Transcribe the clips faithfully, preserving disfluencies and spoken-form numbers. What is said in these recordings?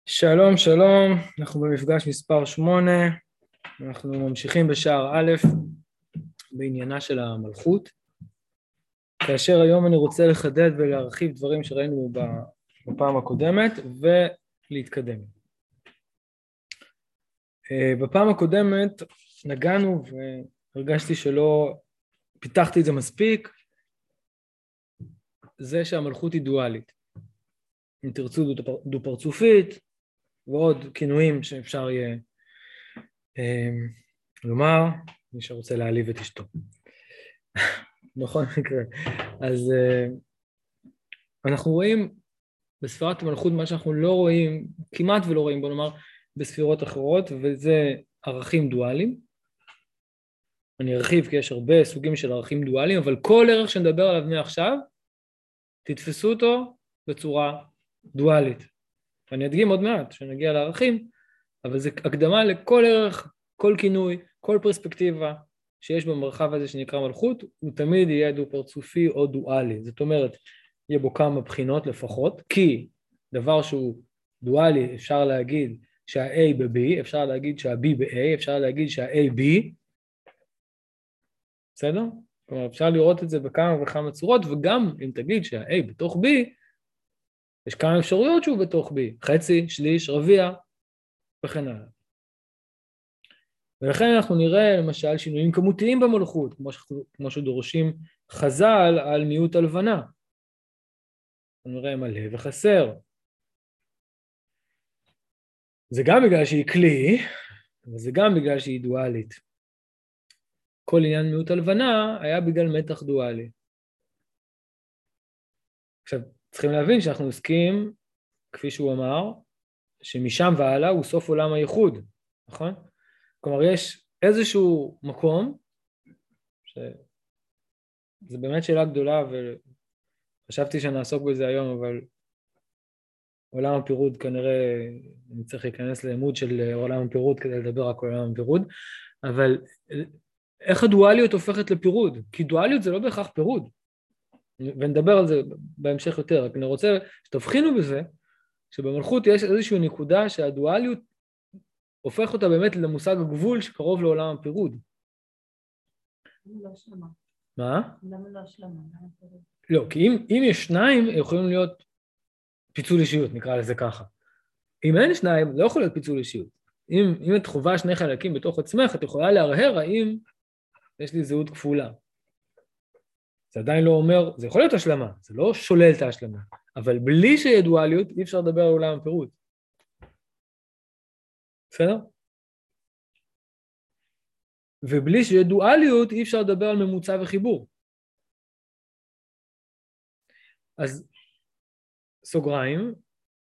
שלום, שלום, אנחנו במפגש מספר שמונה, אנחנו ממשיכים בשער א' בעניינה של המלכות, כאשר היום אני רוצה לחדד ולהרחיב דברים שראינו בפעם הקודמת ולהתקדם. בפעם הקודמת נגענו והרגשתי שלא פיתחתי את זה מספיק, זה שהמלכות היא דואלית, אם תרצו דו פרצופית, ועוד כינויים שאפשר יהיה אה, לומר, מי שרוצה להעליב את אשתו. בכל מקרה. אז אה, אנחנו רואים בספירת המלכות מה שאנחנו לא רואים, כמעט ולא רואים, בוא נאמר, בספירות אחרות, וזה ערכים דואליים. אני ארחיב כי יש הרבה סוגים של ערכים דואליים, אבל כל ערך שנדבר עליו מעכשיו, תתפסו אותו בצורה דואלית. ואני אדגים עוד מעט שנגיע לערכים, אבל זה הקדמה לכל ערך, כל כינוי, כל פרספקטיבה שיש במרחב הזה שנקרא מלכות, הוא תמיד יהיה דו פרצופי או דואלי. זאת אומרת, יהיה בו כמה בחינות לפחות, כי דבר שהוא דואלי אפשר להגיד שה-A ב-B, אפשר להגיד שה-B ב-A, אפשר להגיד שה-A B, בסדר? כלומר, אפשר לראות את זה בכמה וכמה צורות, וגם אם תגיד שה-A בתוך B, יש כמה אפשרויות שהוא בתוך B, חצי, שליש, רביע, וכן הלאה. ולכן אנחנו נראה למשל שינויים כמותיים במלכות, כמו, ש... כמו שדורשים חז"ל על מיעוט הלבנה. אנחנו נראה מלא וחסר. זה גם בגלל שהיא כלי, אבל זה גם בגלל שהיא דואלית. כל עניין מיעוט הלבנה היה בגלל מתח דואלי. עכשיו, צריכים להבין שאנחנו עוסקים, כפי שהוא אמר, שמשם והלאה הוא סוף עולם הייחוד, נכון? כלומר, יש איזשהו מקום, שזה באמת שאלה גדולה, וחשבתי שנעסוק בזה היום, אבל עולם הפירוד כנראה, אני צריך להיכנס לעמוד של עולם הפירוד כדי לדבר רק על עולם הפירוד, אבל איך הדואליות הופכת לפירוד? כי דואליות זה לא בהכרח פירוד, ונדבר על זה בהמשך יותר, רק אני רוצה שתבחינו בזה, שבמלכות יש איזושהי נקודה שהדואליות הופך אותה באמת למושג הגבול שקרוב לעולם הפירוד. לא השלמה. מה? למה לא השלמה? לא, כי אם, אם יש שניים, יכולים להיות פיצול אישיות, נקרא לזה ככה. אם אין שניים, לא יכול להיות פיצול אישיות. אם, אם את חובה שני חלקים בתוך עצמך, את יכולה להרהר האם יש לי זהות כפולה. זה עדיין לא אומר, זה יכול להיות השלמה, זה לא שולל את ההשלמה, אבל בלי שיהיה דואליות, אי אפשר לדבר על עולם הפירוד. בסדר? ובלי שיהיה דואליות, אי אפשר לדבר על ממוצע וחיבור. אז סוגריים,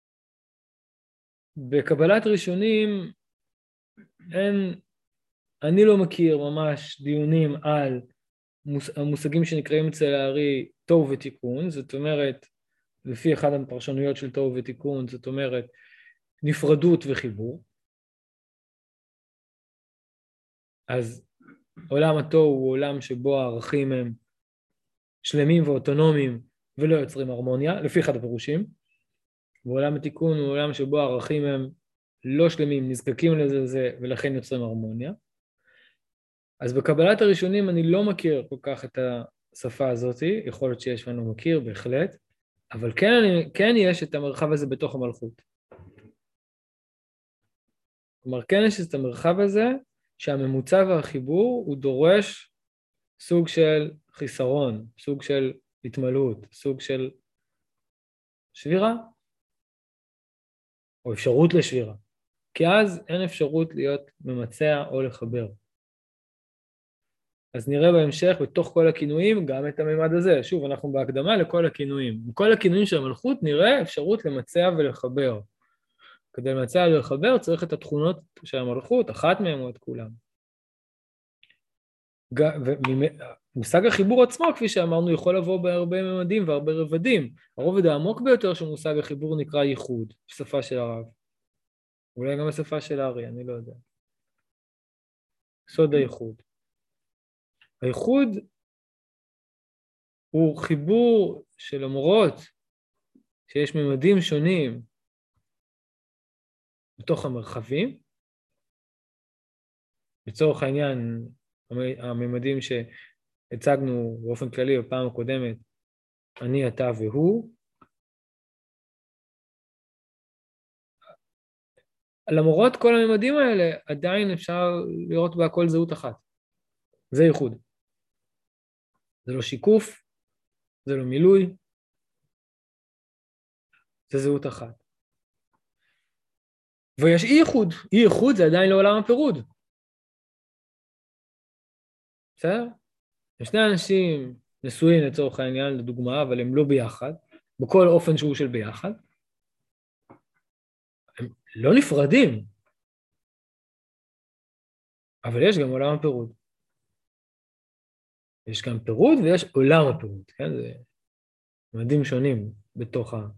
בקבלת ראשונים, אין, אני לא מכיר ממש דיונים על המושגים שנקראים אצל הארי תוהו ותיקון, זאת אומרת, לפי אחד הפרשנויות של תוהו ותיקון, זאת אומרת, נפרדות וחיבור. אז עולם התוהו הוא עולם שבו הערכים הם שלמים ואוטונומיים ולא יוצרים הרמוניה, לפי אחד הפירושים, ועולם התיקון הוא עולם שבו הערכים הם לא שלמים, נזקקים לזה זה, ולכן יוצרים הרמוניה. אז בקבלת הראשונים אני לא מכיר כל כך את השפה הזאת, יכול להיות שיש ואני לא מכיר, בהחלט, אבל כן, כן יש את המרחב הזה בתוך המלכות. כלומר, כן יש את המרחב הזה, שהממוצע והחיבור הוא דורש סוג של חיסרון, סוג של התמלאות, סוג של שבירה, או אפשרות לשבירה. כי אז אין אפשרות להיות ממצע או לחבר. אז נראה בהמשך בתוך כל הכינויים גם את הממד הזה. שוב, אנחנו בהקדמה לכל הכינויים. בכל הכינויים של המלכות נראה אפשרות למצע ולחבר. כדי למצע ולחבר צריך את התכונות של המלכות, אחת מהן או את כולם. ומושג החיבור עצמו, כפי שאמרנו, יכול לבוא בהרבה ממדים והרבה רבדים. הרובד העמוק ביותר של מושג החיבור נקרא ייחוד, שפה של הרב. אולי גם השפה של הארי, אני לא יודע. סוד הייחוד. הייחוד הוא חיבור של למרות שיש ממדים שונים בתוך המרחבים. לצורך העניין, הממדים שהצגנו באופן כללי בפעם הקודמת, אני, אתה והוא, למרות כל הממדים האלה, עדיין אפשר לראות בהכל זהות אחת. זה ייחוד. זה לא שיקוף, זה לא מילוי, זה זהות אחת. ויש אי ייחוד. אי ייחוד זה עדיין לעולם הפירוד. בסדר? שני אנשים נשואים לצורך העניין, לדוגמה, אבל הם לא ביחד, בכל אופן שהוא של ביחד. הם לא נפרדים, אבל יש גם עולם הפירוד. יש גם פירוד ויש עולם הפירוד, כן? זה מדדים שונים בתוך ה...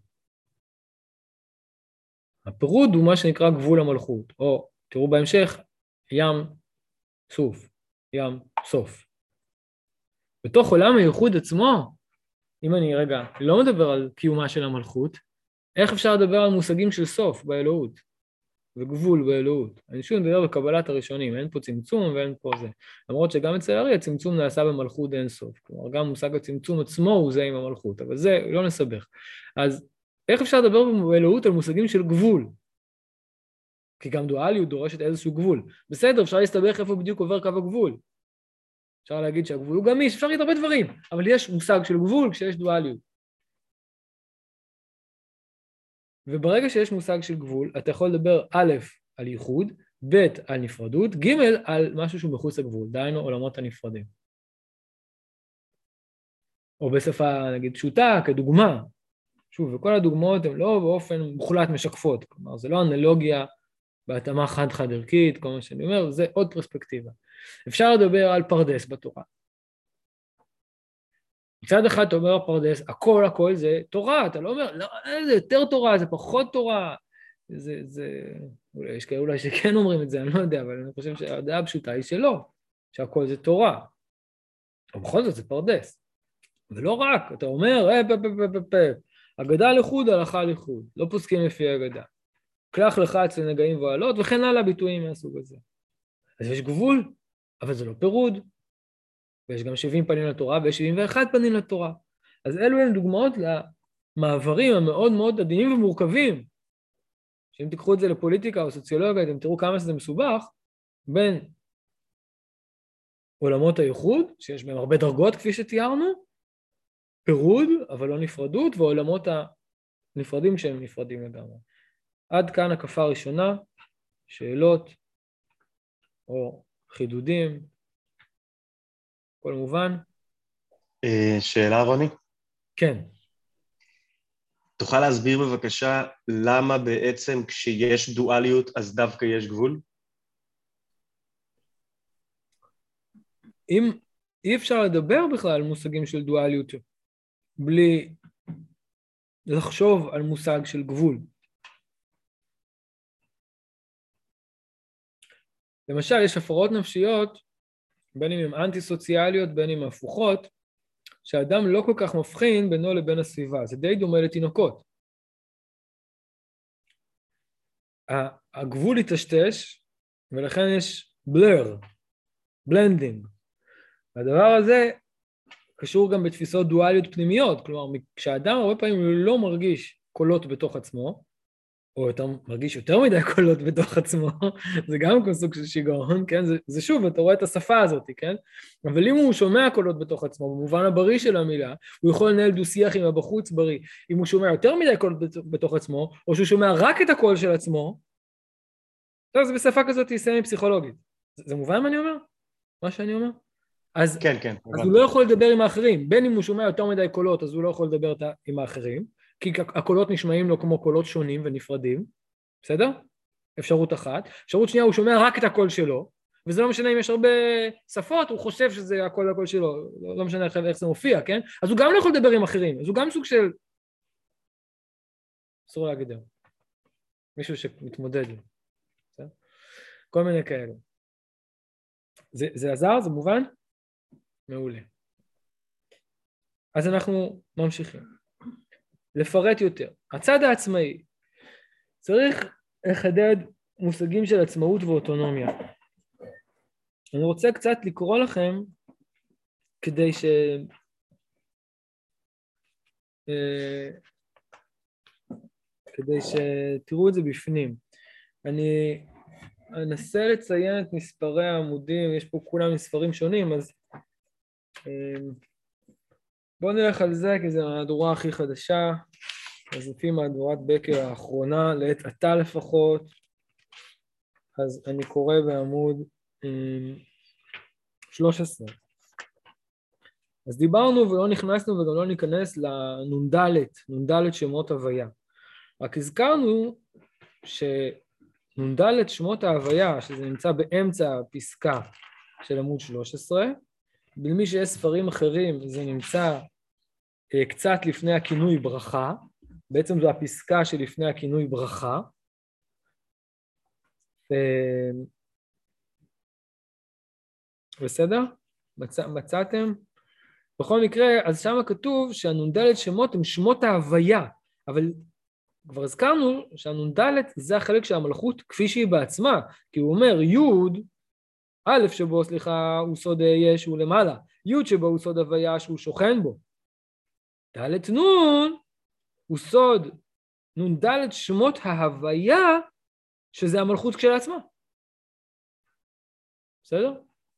הפירוד הוא מה שנקרא גבול המלכות, או תראו בהמשך, ים סוף, ים סוף. בתוך עולם הייחוד עצמו, אם אני רגע לא מדבר על קיומה של המלכות, איך אפשר לדבר על מושגים של סוף באלוהות, וגבול באלוהות? אני שוב מדבר בקבלת הראשונים, אין פה צמצום ואין פה זה. למרות שגם אצל הארי הצמצום נעשה במלכות אין סוף, כלומר גם מושג הצמצום עצמו הוא זה עם המלכות, אבל זה לא נסבך. אז איך אפשר לדבר באלוהות על מושגים של גבול? כי גם דואליות דורשת איזשהו גבול. בסדר, אפשר להסתבך איפה בדיוק עובר קו הגבול. אפשר להגיד שהגבול הוא גמיש, אפשר להגיד הרבה דברים, אבל יש מושג של גבול כשיש דואליות. וברגע שיש מושג של גבול, אתה יכול לדבר א' על ייחוד, ב' על נפרדות, ג' על משהו שהוא מחוץ לגבול, דהיינו עולמות הנפרדים. או בשפה נגיד פשוטה, כדוגמה, שוב, וכל הדוגמאות הן לא באופן מוחלט משקפות, כלומר זה לא אנלוגיה בהתאמה חד-חד ערכית, כל מה שאני אומר, זה עוד פרספקטיבה. אפשר לדבר על פרדס בתורה. מצד אחד אתה אומר הפרדס, הכל הכל זה תורה, אתה לא אומר, לא, זה יותר תורה, זה פחות תורה, זה, זה, אולי יש כאלה אולי שכן אומרים את זה, אני לא יודע, אבל אני חושב שהדעה הפשוטה היא שלא, שהכל זה תורה, או בכל זאת זה פרדס, ולא רק, אתה אומר, אה, פה, פה, פה, פה, פה, אגדה לחוד, הלכה לחוד, לא פוסקים לפי אגדה, כלך לך אצל נגעים ועלות, וכן הלאה ביטויים מהסוג הזה. אז יש גבול, אבל זה לא פירוד, ויש גם שבעים פנים לתורה, ויש שבעים ואחת פנים לתורה. אז אלו הן דוגמאות למעברים המאוד מאוד עדינים ומורכבים, שאם תיקחו את זה לפוליטיקה או סוציולוגיה, אתם תראו כמה שזה מסובך, בין עולמות הייחוד, שיש בהם הרבה דרגות כפי שתיארנו, פירוד, אבל לא נפרדות, ועולמות הנפרדים שהם נפרדים לגמרי. עד כאן הקפה הראשונה, שאלות או חידודים, כל מובן? שאלה רוני? כן. תוכל להסביר בבקשה למה בעצם כשיש דואליות אז דווקא יש גבול? אם אי אפשר לדבר בכלל על מושגים של דואליות בלי לחשוב על מושג של גבול. למשל, יש הפרעות נפשיות, בין אם הן אנטי-סוציאליות, בין אם הפוכות, שהאדם לא כל כך מבחין בינו לבין הסביבה. זה די דומה לתינוקות. הגבול יטשטש, ולכן יש בלר, בלנדינג. והדבר הזה קשור גם בתפיסות דואליות פנימיות, כלומר, כשהאדם הרבה פעמים לא מרגיש קולות בתוך עצמו, או יותר, מרגיש יותר מדי קולות בתוך עצמו, זה גם כל סוג של שיגעון, כן? זה, זה שוב, אתה רואה את השפה הזאת, כן? אבל אם הוא שומע קולות בתוך עצמו, במובן הבריא של המילה, הוא יכול לנהל דו שיח עם הבחוץ בריא. אם הוא שומע יותר מדי קולות בתוך עצמו, או שהוא שומע רק את הקול של עצמו, טוב, זה בשפה כזאת סמי פסיכולוגית. זה, זה מובן מה אני אומר? מה שאני אומר? אז, כן, כן. אז הוא לא יכול לדבר עם האחרים. בין אם הוא שומע יותר מדי קולות, אז הוא לא יכול לדבר עם האחרים. כי הקולות נשמעים לו כמו קולות שונים ונפרדים, בסדר? אפשרות אחת. אפשרות שנייה, הוא שומע רק את הקול שלו, וזה לא משנה אם יש הרבה שפות, הוא חושב שזה הקול הקול שלו, לא, לא משנה איך זה מופיע, כן? אז הוא גם לא יכול לדבר עם אחרים, אז הוא גם סוג של... אסור להגיד היום. מישהו שמתמודד. בסדר? כל מיני כאלה. זה, זה עזר? זה מובן? מעולה. אז אנחנו ממשיכים. לפרט יותר. הצד העצמאי צריך לחדד מושגים של עצמאות ואוטונומיה. אני רוצה קצת לקרוא לכם כדי ש... כדי שתראו את זה בפנים. אני אנסה לציין את מספרי העמודים, יש פה כולם מספרים שונים, אז בואו נלך על זה, כי זו המהדורה הכי חדשה, אז לפי מהדורת בקר האחרונה, לעת עתה לפחות, אז אני קורא בעמוד שלוש עשרה. אז דיברנו ולא נכנסנו וגם לא ניכנס לנונדלת, נונדלת שמות הוויה. רק הזכרנו שנונדלת שמות ההוויה, שזה נמצא באמצע הפסקה של עמוד שלוש עשרה, במי שיש ספרים אחרים זה נמצא קצת לפני הכינוי ברכה, בעצם זו הפסקה שלפני הכינוי ברכה, בסדר? מצא, מצאתם? בכל מקרה, אז שם כתוב שהנונדלת שמות הם שמות ההוויה, אבל כבר הזכרנו שהנונדלת זה החלק של המלכות כפי שהיא בעצמה, כי הוא אומר יוד, א' שבו, סליחה, הוא סוד יש, הוא למעלה, יוד שבו הוא סוד הוויה שהוא שוכן בו, דלת נון הוא סוד, נונדלת שמות ההוויה שזה המלכות כשלעצמה. בסדר?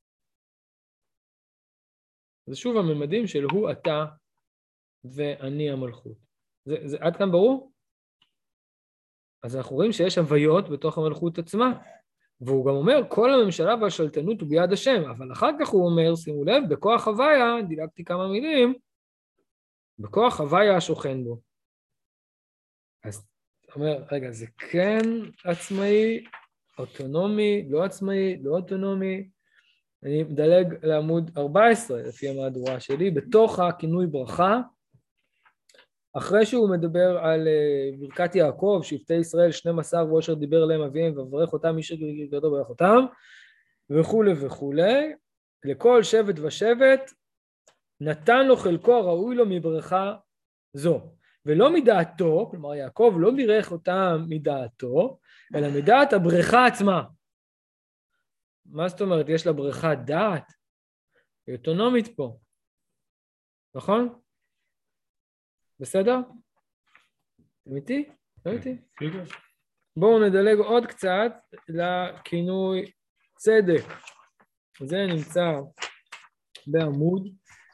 זה שוב הממדים של הוא אתה ואני המלכות. זה, זה עד כאן ברור? אז אנחנו רואים שיש הוויות בתוך המלכות עצמה, והוא גם אומר כל הממשלה והשלטנות הוא ביד השם, אבל אחר כך הוא אומר, שימו לב, בכוח הוויה, דילגתי כמה מילים, בכוח הוויה השוכן בו. אז הוא אומר, רגע, זה כן עצמאי, אוטונומי, לא עצמאי, לא אוטונומי, אני מדלג לעמוד ארבע עשרה לפי המהדורה שלי, בתוך הכינוי ברכה, אחרי שהוא מדבר על ברכת יעקב, שבטי ישראל, שנים עשר והוא אשר דיבר להם אביהם, וברך אותם, מי שגרדו ברך אותם, וכו' וכו'. לכל שבט ושבט, נתן לו חלקו הראוי לו מברכה זו. ולא מדעתו, כלומר יעקב לא בירך אותם מדעתו, אלא מדעת הבריכה עצמה. מה זאת אומרת? יש לה בריכה דעת? היא אוטונומית פה. נכון? בסדר? אתם איתי? לא איתי? בואו נדלג עוד קצת לכינוי צדק. זה נמצא בעמוד.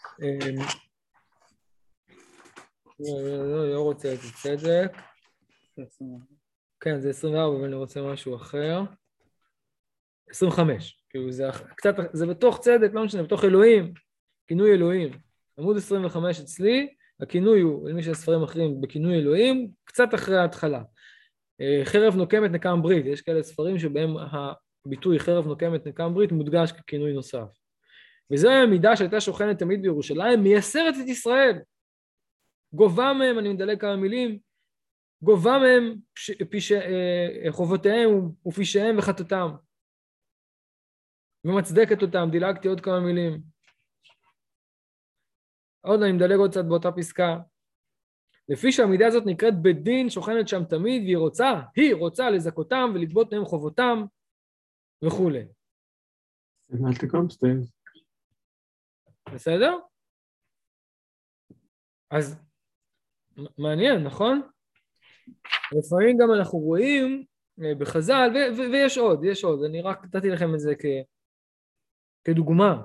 לא, לא רוצה את צדק. כן, זה עשרים וארבע, אבל אני רוצה משהו אחר. עשרים וחמש. כאילו זה קצת, זה בתוך צדק, לא משנה, בתוך אלוהים. כינוי אלוהים. עמוד עשרים וחמש אצלי. הכינוי הוא, למי שיש ספרים אחרים, בכינוי אלוהים, קצת אחרי ההתחלה. חרב נוקמת נקם ברית, יש כאלה ספרים שבהם הביטוי חרב נוקמת נקם ברית מודגש ככינוי נוסף. וזו המידה שהייתה שוכנת תמיד בירושלים, מייסרת את ישראל. גובה מהם, אני מדלג כמה מילים, גובה מהם פש... חובותיהם ופשעיהם וחטאתם. ומצדקת אותם, דילגתי עוד כמה מילים. עוד אני מדלג עוד קצת באותה פסקה. לפי שהמידה הזאת נקראת בדין, שוכנת שם תמיד, והיא רוצה, היא רוצה לזכותם ולגבות מהם חובותם וכו'. בסדר? אז מעניין, נכון? לפעמים גם אנחנו רואים בחז"ל, ו- ו- ויש עוד, יש עוד, אני רק נתתי לכם את זה כ- כדוגמה.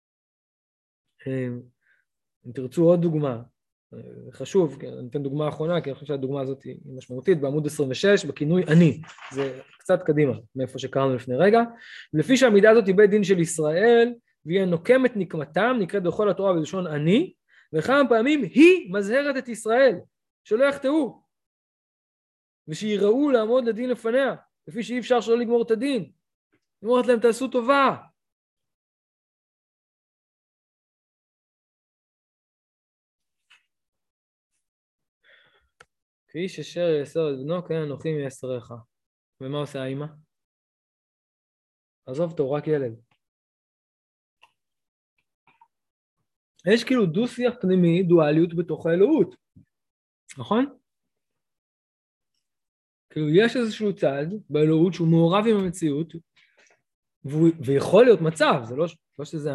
אם תרצו עוד דוגמה, חשוב, אני אתן דוגמה האחרונה, כי אני חושב שהדוגמה הזאת היא משמעותית, בעמוד עשרים ושש, בכינוי אני, זה קצת קדימה, מאיפה שקראנו לפני רגע, ולפי שהמידה הזאת היא בית דין של ישראל, והיא נוקמת נקמתם, נקראת בכל התורה בלשון אני, וכמה פעמים היא מזהרת את ישראל, שלא יחטאו, ושיראו לעמוד לדין לפניה, לפי שאי אפשר שלא לגמור את הדין, היא אומרת להם תעשו טובה, כאיש אשר יאסר את בנו, כן אנוכי מייסריך. ומה עושה האמא? עזוב אותו, רק ילד. יש כאילו דו שיח פנימי, דואליות בתוך האלוהות. נכון? כאילו יש איזשהו צד באלוהות שהוא מעורב עם המציאות, והוא, ויכול להיות מצב, זה לא, לא שזה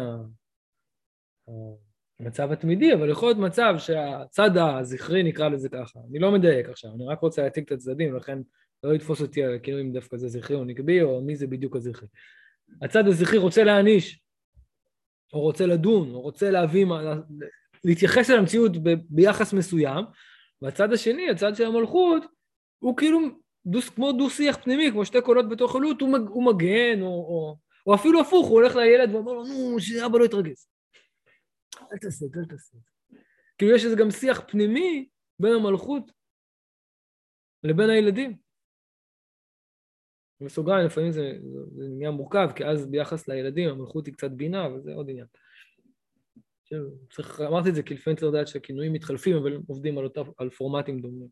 המצב התמידי, אבל יכול להיות מצב שהצד הזכרי נקרא לזה ככה. אני לא מדייק עכשיו, אני רק רוצה להציג את הצדדים, לכן לא יתפוס אותי כאילו אם דווקא זה זכרי או נקבי, או מי זה בדיוק הזכרי. הצד הזכרי רוצה להעניש, או רוצה לדון, או רוצה להביא, להתייחס אל המציאות ב, ביחס מסוים, והצד השני, הצד של המלכות, הוא כאילו דו, כמו דו שיח פנימי, כמו שתי קולות בתוך אלוהות, הוא, מג, הוא מגן, או, או, או אפילו הפוך, הוא הולך לילד ואומר לו, נו, שאבא לא יתרגז. אל תעשה, אל תעשה. כאילו יש איזה גם שיח פנימי בין המלכות לבין הילדים. בסוגריים, לפעמים זה, זה, זה עניין מורכב, כי אז ביחס לילדים המלכות היא קצת בינה, וזה עוד עניין. צריך, אמרתי את זה, כי לפעמים צריך לדעת שהכינויים מתחלפים, אבל עובדים על, אותה, על פורמטים דומים.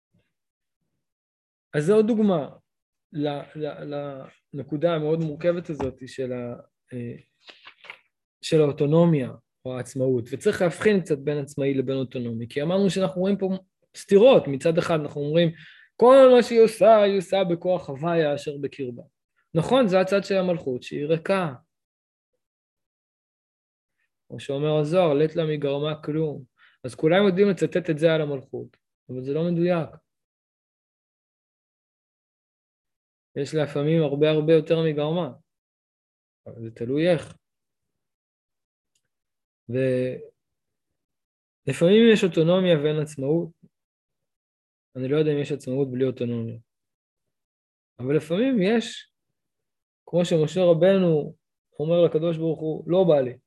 אז זו עוד דוגמה לנקודה המאוד מורכבת הזאת של, ה, של האוטונומיה או העצמאות, וצריך להבחין קצת בין עצמאי לבין אוטונומי, כי אמרנו שאנחנו רואים פה סתירות, מצד אחד אנחנו אומרים, כל מה שהיא עושה, היא עושה בכוח הוויה אשר בקרבה. נכון, זה הצד של המלכות, שהיא ריקה. כמו שאומר הזוהר, לית לה מגרמה כלום. אז כולם יודעים לצטט את זה על המלכות, אבל זה לא מדויק. יש לפעמים הרבה הרבה יותר מגרמה, אבל זה תלוי איך. ולפעמים יש אוטונומיה ואין עצמאות, אני לא יודע אם יש עצמאות בלי אוטונומיה. אבל לפעמים יש, כמו שמשה רבנו אומר לקדוש ברוך הוא, לא בא לי.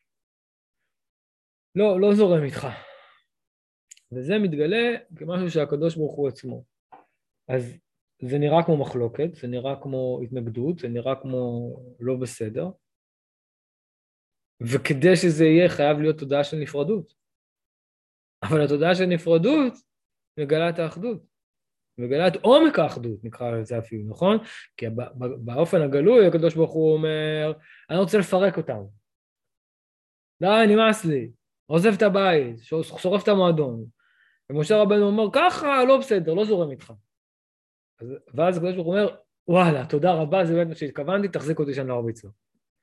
לא, לא זורם איתך. וזה מתגלה כמשהו שהקדוש ברוך הוא עצמו. אז זה נראה כמו מחלוקת, זה נראה כמו התנגדות, זה נראה כמו לא בסדר. וכדי שזה יהיה חייב להיות תודעה של נפרדות. אבל התודעה של נפרדות מגלה את האחדות. מגלה את עומק האחדות, נקרא לזה אפילו, נכון? כי באופן הגלוי הקדוש ברוך הוא אומר, אני רוצה לפרק אותם. די, נמאס לי. עוזב את הבית, שורף את המועדון. ומשה רבנו אומר, ככה, לא בסדר, לא זורם איתך. אז, ואז הקדוש ברוך הוא אומר, וואלה, תודה רבה, זה באמת מה שהתכוונתי, תחזיק אותי שאני לא ארביץ לו.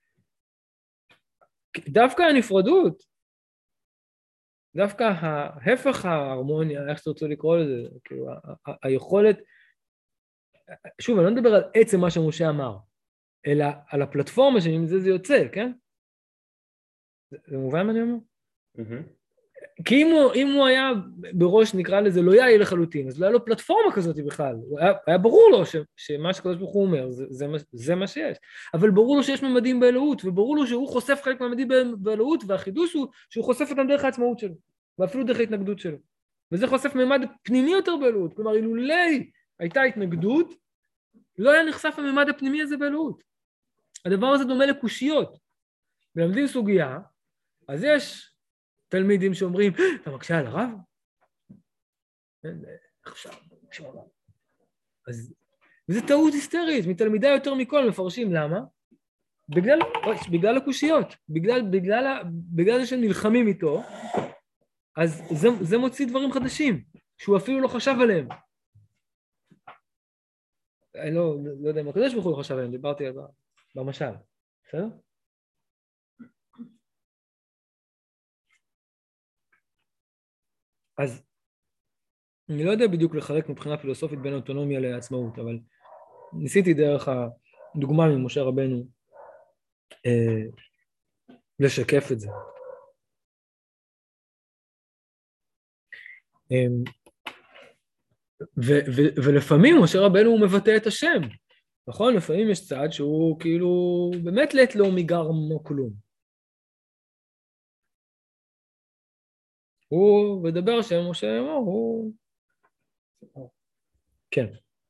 דווקא הנפרדות, דווקא ההפך ההרמוניה, איך שתרצו לקרוא לזה, כאילו, ה- ה- היכולת, שוב, אני לא מדבר על עצם מה שמשה אמר, אלא על הפלטפורמה שמזה זה יוצא, כן? זה, זה מובן מה אני אומר? Mm-hmm. כי אם הוא, אם הוא היה בראש, נקרא לזה, לא יהיה לחלוטין, אז לא היה לו פלטפורמה כזאת בכלל. היה, היה ברור לו ש, שמה שקדוש ברוך הוא אומר, זה, זה, זה מה שיש. אבל ברור לו שיש ממדים באלוהות, וברור לו שהוא חושף חלק ממדים באלוהות, והחידוש הוא שהוא חושף אותם דרך העצמאות שלו, ואפילו דרך ההתנגדות שלו. וזה חושף ממד פנימי יותר באלוהות. כלומר, אילולי הייתה התנגדות, לא היה נחשף הממד הפנימי הזה באלוהות. הדבר הזה דומה לקושיות. מלמדים סוגיה, אז יש תלמידים שאומרים, אתה מקשה על הרב? עכשיו, אז, וזה טעות היסטרית, מתלמידה יותר מכל מפרשים, למה? בגלל, בגלל הקושיות, בגלל, בגלל, בגלל זה שהם נלחמים איתו, אז זה, זה מוציא דברים חדשים, שהוא אפילו לא חשב עליהם. אני לא, לא יודע אם הקדוש ברוך הוא לא חשב עליהם, דיברתי על במשל, בסדר? אז אני לא יודע בדיוק לחלק מבחינה פילוסופית בין אוטונומיה לעצמאות, אבל ניסיתי דרך הדוגמה ממשה רבנו אה, לשקף את זה. אה, ו- ו- ולפעמים משה רבנו הוא מבטא את השם, נכון? לפעמים יש צד שהוא כאילו באמת לית לו מגרמו כלום. הוא מדבר שם משה אמר, הוא... כן.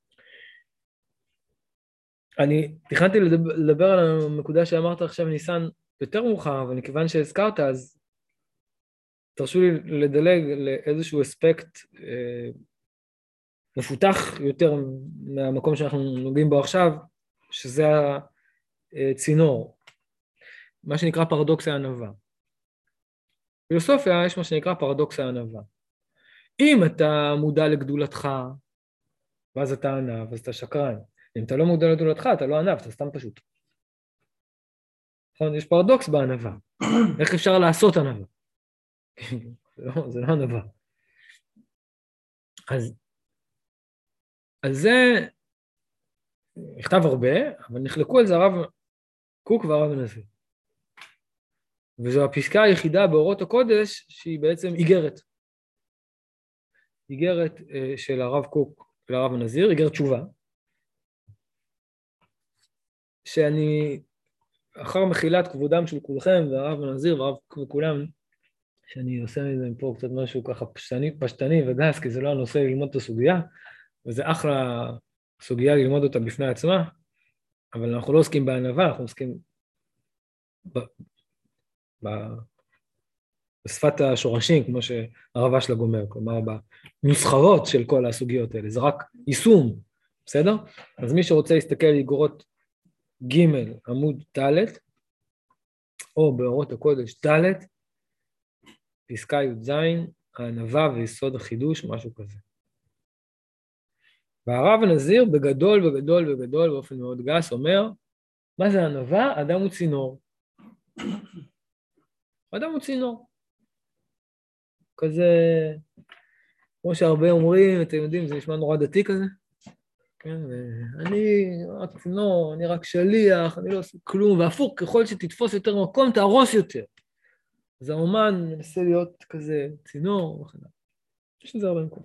אני תכננתי לדבר, לדבר על הנקודה שאמרת עכשיו ניסן יותר מאוחר, אבל מכיוון שהזכרת, אז תרשו לי לדלג לאיזשהו אספקט אה, מפותח יותר מהמקום שאנחנו נוגעים בו עכשיו, שזה הצינור, מה שנקרא פרדוקס הענווה. בפילוסופיה יש מה שנקרא פרדוקס הענווה. אם אתה מודע לגדולתך, ואז אתה ענב, אז אתה שקרן. אם אתה לא מודע לגדולתך, אתה לא ענב, אתה סתם פשוט. נכון? יש פרדוקס בענבה. איך אפשר לעשות ענבה? לא, זה לא ענבה. אז, אז זה נכתב הרבה, אבל נחלקו על זה הרב קוק והרב הנזיר. וזו הפסקה היחידה באורות הקודש שהיא בעצם איגרת. איגרת uh, של הרב קוק לרב הנזיר, איגרת תשובה. שאני, אחר מחילת כבודם של כולכם, והרב הנזיר והרב קוק וכולם, שאני עושה מזה פה קצת משהו ככה פשטני, פשטני וגס, כי זה לא הנושא ללמוד את הסוגיה, וזה אחלה סוגיה ללמוד אותה בפני עצמה, אבל אנחנו לא עוסקים בענווה, אנחנו עוסקים ב... ב... בשפת השורשים, כמו שהרב אשלה גומר, כלומר בנוסחאות של כל הסוגיות האלה, זה רק יישום, בסדר? אז מי שרוצה להסתכל על איגרות ג' עמוד ד', או באורות הקודש ד', פסקה י"ז, הענווה ויסוד החידוש, משהו כזה. והרב הנזיר בגדול בגדול בגדול, באופן מאוד גס, אומר, מה זה ענווה? אדם הוא צינור. אדם הוא צינור. כזה, כמו שהרבה אומרים, אתם יודעים, זה נשמע נורא דתי כזה. כן, אני רק צינור, אני רק שליח, אני לא עושה כלום, והפוך, ככל שתתפוס יותר מקום, תהרוס יותר. אז האומן מנסה להיות כזה צינור, וכן. יש לזה הרבה מקום.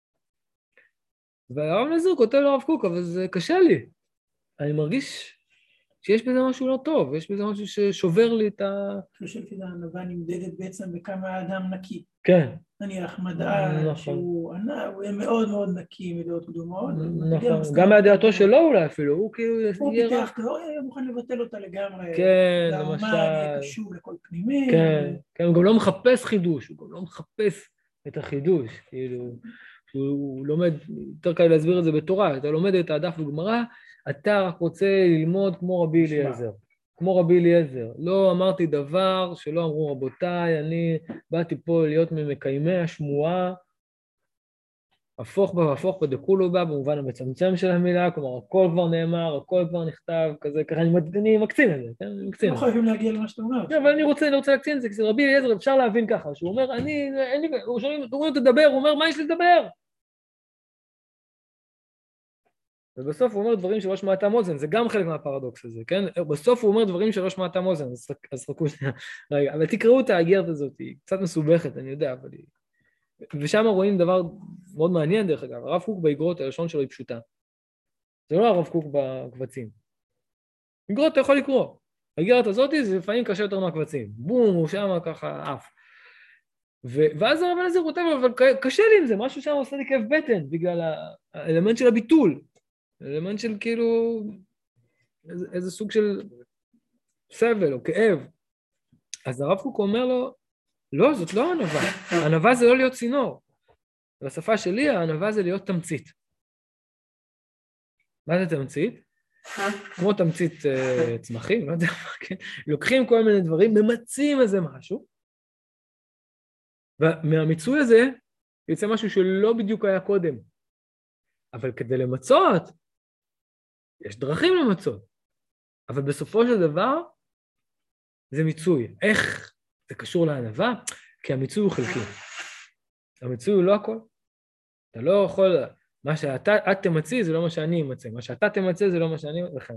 והרב נזיר כותב לרב קוק, אבל זה קשה לי. אני מרגיש שיש בזה משהו לא טוב, יש בזה משהו ששובר לי את ה... אני חושב שהענווה נמדדת בעצם בכמה האדם נקי. כן. נניח מדען נכון. שהוא ענה, הוא יהיה מאוד מאוד נקי מדעות קדומות. נכון, גם מהדעתו שלו אולי אפילו, הוא כאילו... הוא פיתח תיאוריה, הוא מוכן לבטל אותה לגמרי. כן, והאומן למשל... יהיה קשור לכל פנימי. כן, כן, הוא גם לא מחפש חידוש, הוא גם לא מחפש את החידוש, כאילו... הוא לומד, יותר קל להסביר את זה בתורה, אתה לומד את הדף בגמרא, אתה רק רוצה ללמוד כמו רבי אליעזר, כמו רבי אליעזר. לא אמרתי דבר שלא אמרו רבותיי, אני באתי פה להיות ממקיימי השמועה, הפוך בה והפוך בה דכולו בה, במובן המצמצם של המילה, כלומר הכל כבר נאמר, הכל כבר נכתב, כזה, ככה אני, אני מקצין את זה, כן? אני מקצין. לא חייבים להגיע למה שאתה אומר. אבל אני רוצה, אני רוצה להקצין את זה, כי רבי אליעזר אפשר להבין ככה, שהוא אומר, אני, אין לי, הוא שואלים, הוא אומר, תדבר, הוא אומר, מה יש לי לדבר? ובסוף הוא אומר דברים שלא שמעתם אוזן, זה גם חלק מהפרדוקס הזה, כן? בסוף הוא אומר דברים שלא שמעתם אוזן, אז חכו שנייה, רגע, אבל תקראו את האגרת הזאת, היא קצת מסובכת, אני יודע, אבל היא... ושם רואים דבר מאוד מעניין דרך אגב, הרב קוק באגרות, הלשון שלו היא פשוטה. זה לא הרב קוק בקבצים. אגרות אתה יכול לקרוא. האגרת הזאת זה לפעמים קשה יותר מהקבצים. בום, הוא שם ככה אף. ואז הרב הנזיר כותב, אבל קשה לי עם זה, משהו שם עושה לי כאב בטן, בגלל האלמנט של הביטול. אלמנט של כאילו, איזה, איזה סוג של סבל או כאב. אז הרב קוק אומר לו, לא, זאת לא ענווה. ענווה זה לא להיות צינור. בשפה שלי, הענווה זה להיות תמצית. מה זה תמצית? כמו תמצית uh, צמחים, לא יודע מה, כן? לוקחים כל מיני דברים, ממצים איזה משהו, ומהמיצוי הזה יוצא משהו שלא בדיוק היה קודם. אבל כדי למצות, יש דרכים למצות. אבל בסופו של דבר, זה מיצוי. איך זה קשור לענווה? כי המיצוי הוא חלקי. המיצוי הוא לא הכל. אתה לא יכול, מה שאתה את תמציא זה לא מה שאני אמצא, מה שאתה תמצא זה לא מה שאני אמצא.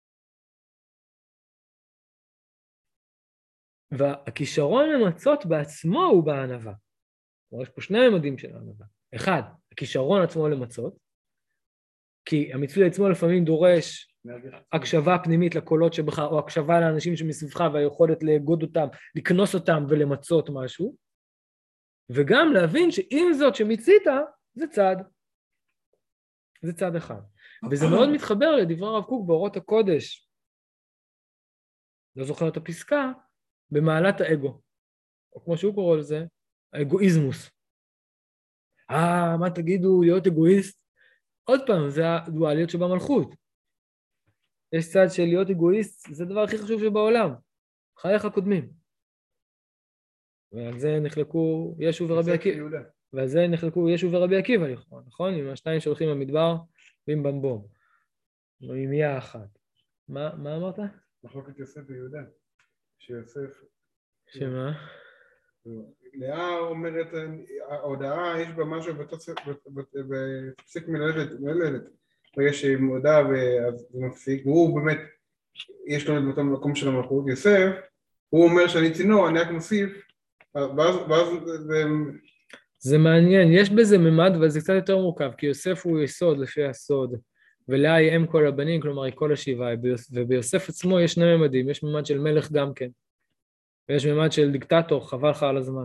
והכישרון למצות בעצמו הוא בענווה. יש פה שני ממדים של הענווה. אחד, הכישרון עצמו למצות, כי המיצוי עצמו לפעמים דורש הקשבה פנימית לקולות שבך, או הקשבה לאנשים שמסביבך, והיכולת לאגוד אותם, לקנוס אותם ולמצות משהו, וגם להבין שאם זאת שמיצית, זה צד. זה צד אחד. וזה מאוד מתחבר לדברי הרב קוק באורות הקודש, לא זוכר את הפסקה, במעלת האגו. או כמו שהוא קורא לזה, האגואיזמוס. אה, מה תגידו, להיות אגואיסט? עוד פעם, זה הדואליות שבמלכות. יש צד של להיות אגואיסט, זה הדבר הכי חשוב שבעולם. חייך הקודמים. ועל זה נחלקו ישו ורבי עקיבא. ועל זה נחלקו ישו ורבי עקיבא, נכון? עם השניים שהולכים במדבר, בים במבום, מימייה אחת. מה, מה אמרת? מחלוקת יוסף ויהודה, שיוסף... שמה? לאה אומרת, ההודעה יש בה משהו ותפסיק מלדת, מלדת. ברגע שהיא מודה ואז זה מפסיק, והוא באמת, יש לו את אותו מקום של המלכות. יוסף, הוא אומר שאני צינור, אני רק מוסיף, ואז, ואז זה... זה מעניין, יש בזה ממד, אבל זה קצת יותר מורכב, כי יוסף הוא יסוד לפי הסוד, ולאה היא אם כל הבנים, כלומר היא כל השבעה, וביוסף עצמו יש שני ממדים, יש ממד של מלך גם כן, ויש ממד של דיקטטור, חבל לך על הזמן.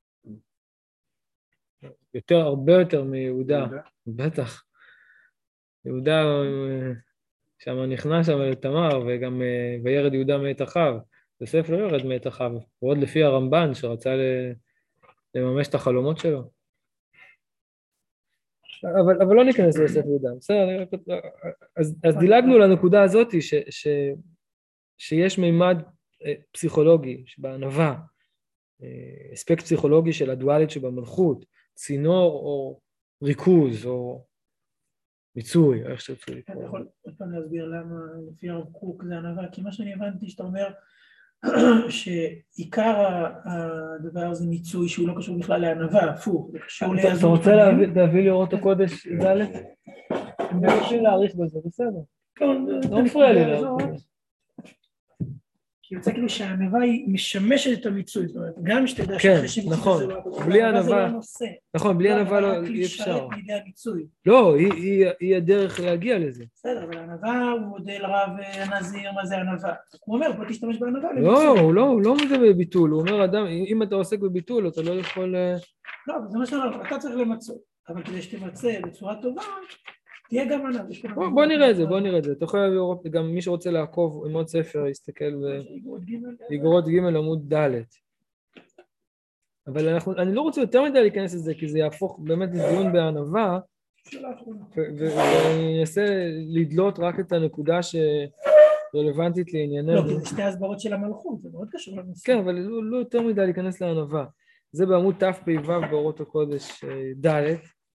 יותר, הרבה יותר מיהודה, בטח. יהודה שם נכנס שם לתמר, וגם וירד יהודה מאת אחיו, יוסף לא יורד מאת אחיו, ועוד לפי הרמב"ן שרצה לממש את החלומות שלו. אבל, אבל לא ניכנס ליוסף ויהודה, בסדר, אז, אז דילגנו לנקודה הזאת ש, ש, שיש מימד פסיכולוגי שבענווה, אספקט פסיכולוגי של הדואלית שבמלכות, צינור או ריכוז או מיצוי, איך שתרצו לקרוא. אני יכול עוד פעם להסביר למה לפי הרב קוק זה ענווה, כי מה שאני הבנתי שאתה אומר שעיקר הדבר זה מיצוי שהוא לא קשור בכלל לענווה, הפוך, זה קשור לעזות. אתה רוצה להביא לי אורות הקודש ד'? הם רוצים להעריך בזה, בסדר. לא מפריע לי להעריך. כי יוצא כאילו שהענווה היא משמשת את המיצוי, זאת אומרת, גם שתדע כן, נכון, בלי ענווה, נכון, בלי ענווה לא אי אפשר. לא, היא הדרך להגיע לזה. בסדר, אבל הענווה הוא מודל רב נזיר, מה זה ענווה? הוא אומר, בוא תשתמש בענווה. לא, הוא לא מודל בביטול, הוא אומר, אדם, אם אתה עוסק בביטול, אתה לא יכול... לא, זה מה שאומר, אתה צריך למצוא, אבל כדי שתמצא בצורה טובה, תהיה גם ענווה. בוא נראה את זה, בוא נראה את זה. אתה יכול להביא, גם מי שרוצה לעקוב עם עוד ספר, יסתכל באגרות ג' עמוד ד'. אבל אנחנו, אני לא רוצה יותר מדי להיכנס לזה, כי זה יהפוך באמת לדיון בענווה, ואני אנסה לדלות רק את הנקודה שרלוונטית לענייננו. לא, זה שתי הסברות של המלכות, זה מאוד קשור לנושא. כן, אבל לא יותר מדי להיכנס לענווה. זה בעמוד תפ"ו באורות הקודש ד',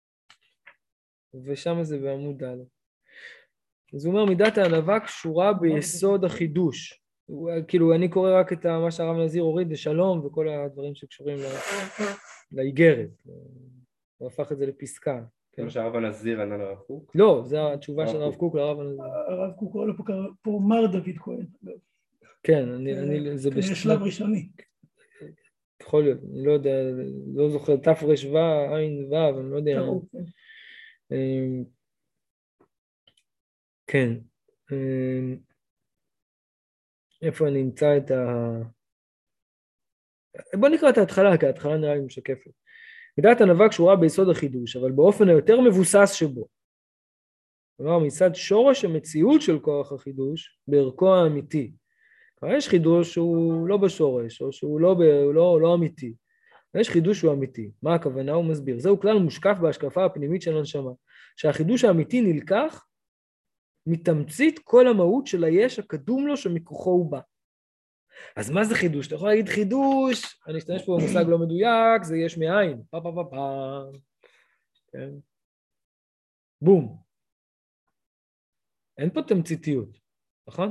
ושם זה בעמוד ד'. אז הוא אומר, מידת הענווה קשורה ביסוד החידוש. כאילו, אני קורא רק את מה שהרב נזיר הוריד לשלום, וכל הדברים שקשורים לאיגרת. הוא הפך את זה לפסקה. כמו שהרב נזיר ענה לרב קוק? לא, זו התשובה של הרב קוק לרב נזיר. הרב קוק קורא לו פה מר דוד כהן. כן, אני... זה בשלב ראשוני. יכול להיות, אני לא יודע, לא זוכר, תף רשווה, עין וו, אני לא יודע. כן. איפה אני אמצא את ה... בוא נקרא את ההתחלה, כי ההתחלה נראה לי משקפת. מידת הענווה קשורה ביסוד החידוש, אבל באופן היותר מבוסס שבו. כלומר, מצד שורש המציאות של כוח החידוש, בערכו האמיתי. כלומר, יש חידוש שהוא לא בשורש, או שהוא לא, לא, לא אמיתי. יש חידוש שהוא אמיתי. מה הכוונה? הוא מסביר. זהו כלל מושקף בהשקפה הפנימית של הנשמה. שהחידוש האמיתי נלקח מתמצית כל המהות של היש הקדום לו שמכוחו הוא בא. אז מה זה חידוש? אתה יכול להגיד חידוש, אני אשתמש פה במושג לא מדויק, זה יש מאין. פה פה פה פה. כן. בום. אין פה תמציתיות, נכון?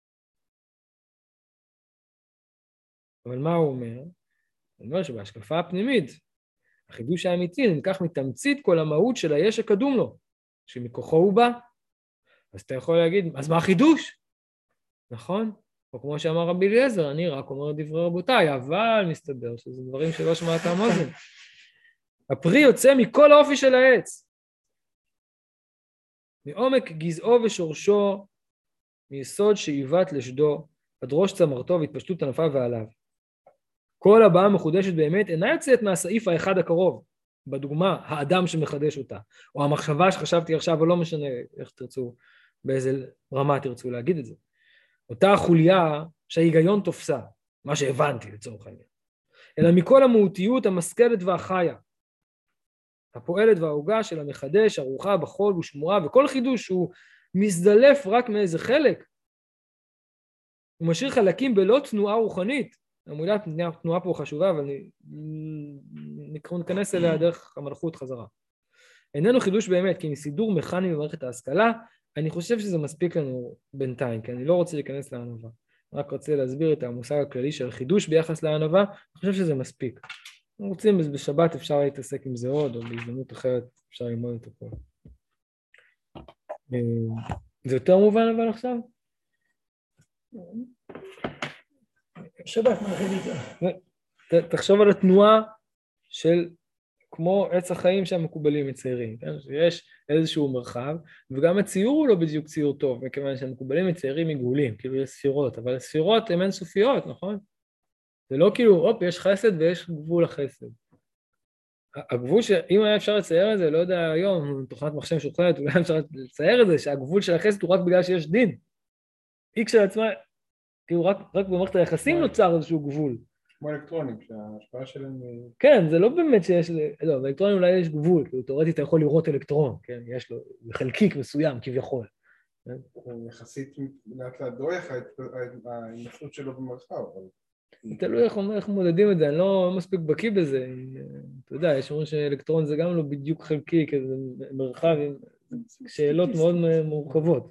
אבל מה הוא אומר? הוא אומר שבהשקפה הפנימית, החידוש האמיתי נלקח מתמצית כל המהות של היש הקדום לו, שמכוחו הוא בא. אז אתה יכול להגיד, אז מה החידוש? נכון? או כמו שאמר רבי אליעזר, אני רק אומר דברי רבותיי, אבל מסתבר שזה דברים שלא שמעת המאזן. הפרי יוצא מכל האופי של העץ. מעומק גזעו ושורשו, מיסוד שאיבת לשדו, עד ראש צמרתו והתפשטות ענפיו ועליו. כל הבאה מחודשת באמת אינה יוצאת מהסעיף האחד הקרוב, בדוגמה, האדם שמחדש אותה, או המחשבה שחשבתי עכשיו, אבל לא משנה איך תרצו, באיזה רמה תרצו להגיד את זה. אותה החוליה שההיגיון תופסה, מה שהבנתי לצורך העניין, אלא מכל המהותיות המשכלת והחיה, הפועלת וההוגה של המחדש, הרוחה בחול ושמורה, וכל חידוש שהוא מזדלף רק מאיזה חלק, הוא משאיר חלקים בלא תנועה רוחנית. המילה תנועה פה חשובה, אבל ניכנס אליה דרך המלכות חזרה. איננו חידוש באמת, כי מסידור מכני במערכת ההשכלה, אני חושב שזה מספיק לנו בינתיים, כי אני לא רוצה להיכנס לענווה. רק רוצה להסביר את המושג הכללי של חידוש ביחס לענווה, אני חושב שזה מספיק. אם רוצים, בשבת אפשר להתעסק עם זה עוד, או בהזדמנות אחרת אפשר ללמוד את הכל. זה יותר מובן אבל עכשיו? שבת מרחיב איתה. תחשוב על התנועה של כמו עץ החיים שהמקובלים מציירים, כן? שיש איזשהו מרחב, וגם הציור הוא לא בדיוק ציור טוב, מכיוון שהמקובלים מציירים עיגולים, כאילו יש ספירות, אבל הספירות הן אינסופיות, נכון? זה לא כאילו, אופ, יש חסד ויש גבול לחסד. הגבול שאם היה אפשר לצייר את זה, לא יודע היום, תוכנת מחשב משוכללת, אולי אפשר לצייר את זה, שהגבול של החסד הוא רק בגלל שיש דין. איקס של עצמה, כאילו רק, רק במערכת היחסים נוצר איזשהו גבול. כמו אלקטרונים, שההשפעה שלהם... כן, זה לא באמת שיש, לא, באלקטרונים אולי יש גבול, כאילו תאורטית אתה יכול לראות אלקטרון, כן, יש לו חלקיק מסוים כביכול. יחסית לאט לאט דורך ההתנסות שלו במרחב, אבל... תלוי איך מודדים את זה, אני לא מספיק בקיא בזה, אתה יודע, יש אומרים שאלקטרון זה גם לא בדיוק חלקי, כי זה מרחב עם שאלות מאוד מורכבות.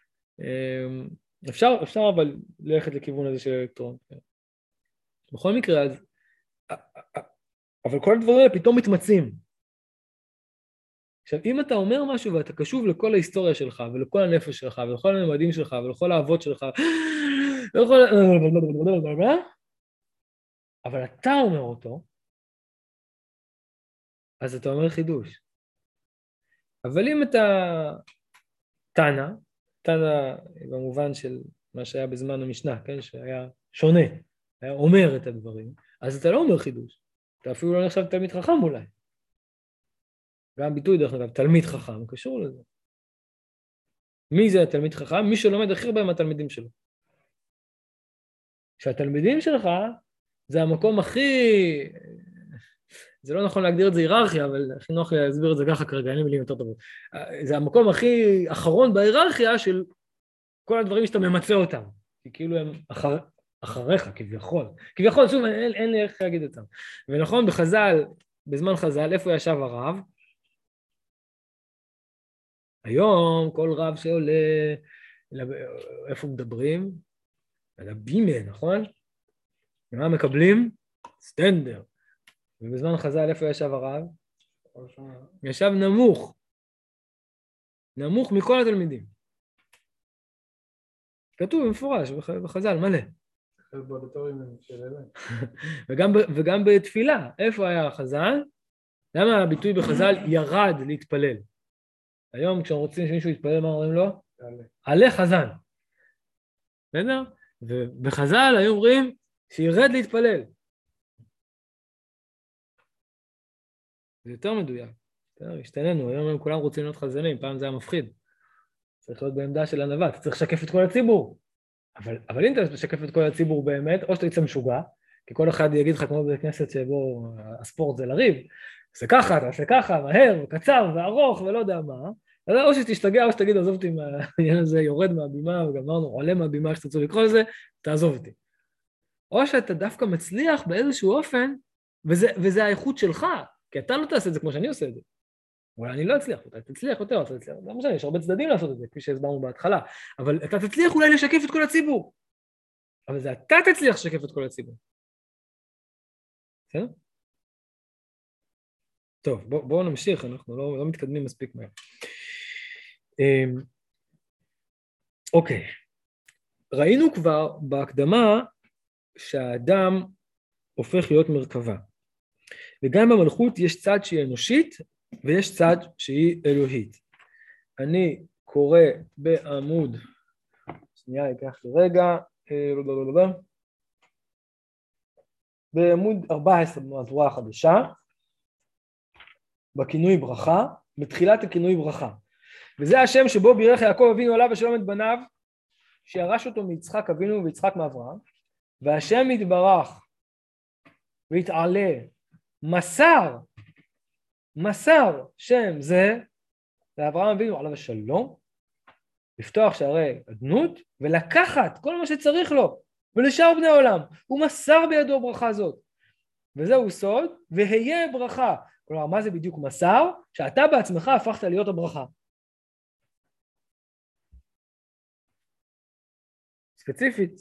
אפשר, אפשר אבל ללכת לכיוון הזה של אלקטרון. בכל מקרה, אז, אבל כל הדברים האלה פתאום מתמצים. עכשיו, אם אתה אומר משהו ואתה קשוב לכל ההיסטוריה שלך, ולכל הנפש שלך, ולכל הממדים שלך, ולכל האבות שלך, ולכל... אבל אתה אומר אותו, אז אתה אומר חידוש. אבל אם אתה תנא, תנא במובן של מה שהיה בזמן המשנה, כן? שהיה שונה, היה אומר את הדברים, אז אתה לא אומר חידוש. אתה אפילו לא נחשב תלמיד חכם אולי. גם ביטוי דרך אגב, תלמיד חכם, קשור לזה. מי זה התלמיד חכם? מי שלומד הכי הרבה מהתלמידים שלו. שהתלמידים שלך, זה המקום הכי, זה לא נכון להגדיר את זה היררכיה, אבל הכי נוח להסביר את זה ככה כרגע, אין לי מילים יותר טובות. זה המקום הכי אחרון בהיררכיה של כל הדברים שאתה ממצא אותם, כי כאילו הם אחר, אחריך, כביכול. כביכול, שוב, אין, אין לי איך להגיד אותם. ונכון, בחז"ל, בזמן חז"ל, איפה ישב הרב? היום כל רב שעולה, איפה מדברים? על הבימה, נכון? ומה מקבלים? סטנדר. ובזמן חז"ל איפה ישב הרב? ישב נמוך. נמוך מכל התלמידים. כתוב במפורש בחז"ל, מלא. וגם, וגם בתפילה, איפה היה חז"ל? למה הביטוי בחז"ל ירד להתפלל? היום כשרוצים שמישהו יתפלל, מה אומרים לו? עלה חזן. בסדר? ובחז"ל היו אומרים שירד להתפלל. זה יותר מדויק. השתננו, היום הם כולם רוצים להיות חזנים, פעם זה היה מפחיד. צריך להיות בעמדה של ענווה, אתה צריך לשקף את כל הציבור. אבל, אבל אם אתה משקף את כל הציבור באמת, או שאתה יצא משוגע, כי כל אחד יגיד לך כמו בכנסת שבו הספורט זה לריב, זה ככה, תעשה ככה, מהר, וקצר, וארוך, ולא יודע מה, אז או שתשתגע, או שתגיד, עזוב אותי מהעניין הזה, יורד מהבימה, וגמרנו, עולה מהבימה, איך שתרצו לקרוא לזה, תעזוב אותי. או שאתה דווקא מצליח באיזשהו אופן, וזה, וזה האיכות שלך, כי אתה לא תעשה את זה כמו שאני עושה את זה. אולי אני לא אצליח, אתה תצליח יותר, אתה תצליח, לא משנה, יש הרבה צדדים לעשות את זה, כפי שהסברנו בהתחלה, אבל אתה תצליח אולי לשקף את כל הציבור. אבל זה אתה תצליח לשקף את כל הציבור. בסדר? טוב, בואו בוא נמשיך, אנחנו לא, לא מתקדמים מספיק מהר. אוקיי, ראינו כבר בהקדמה שהאדם הופך להיות מרכבה, וגם במלכות יש צד שהיא אנושית ויש צד שהיא אלוהית. אני קורא בעמוד, שנייה, ייקח לי רגע, בעמוד ארבע עשרה במהדורה החדשה, בכינוי ברכה, בתחילת הכינוי ברכה. וזה השם שבו בירך יעקב אבינו עליו השלום את בניו, שירש אותו מיצחק אבינו ויצחק מאברהם, והשם יתברך ויתעלה, מסר, מסר שם זה, לאברהם אבינו עליו השלום, לפתוח שערי אדנות, ולקחת כל מה שצריך לו, ולשאר בני העולם, הוא מסר בידו ברכה זאת. וזהו סוד, והיה ברכה. כלומר, מה זה בדיוק מסר? שאתה בעצמך הפכת להיות הברכה. ספציפית,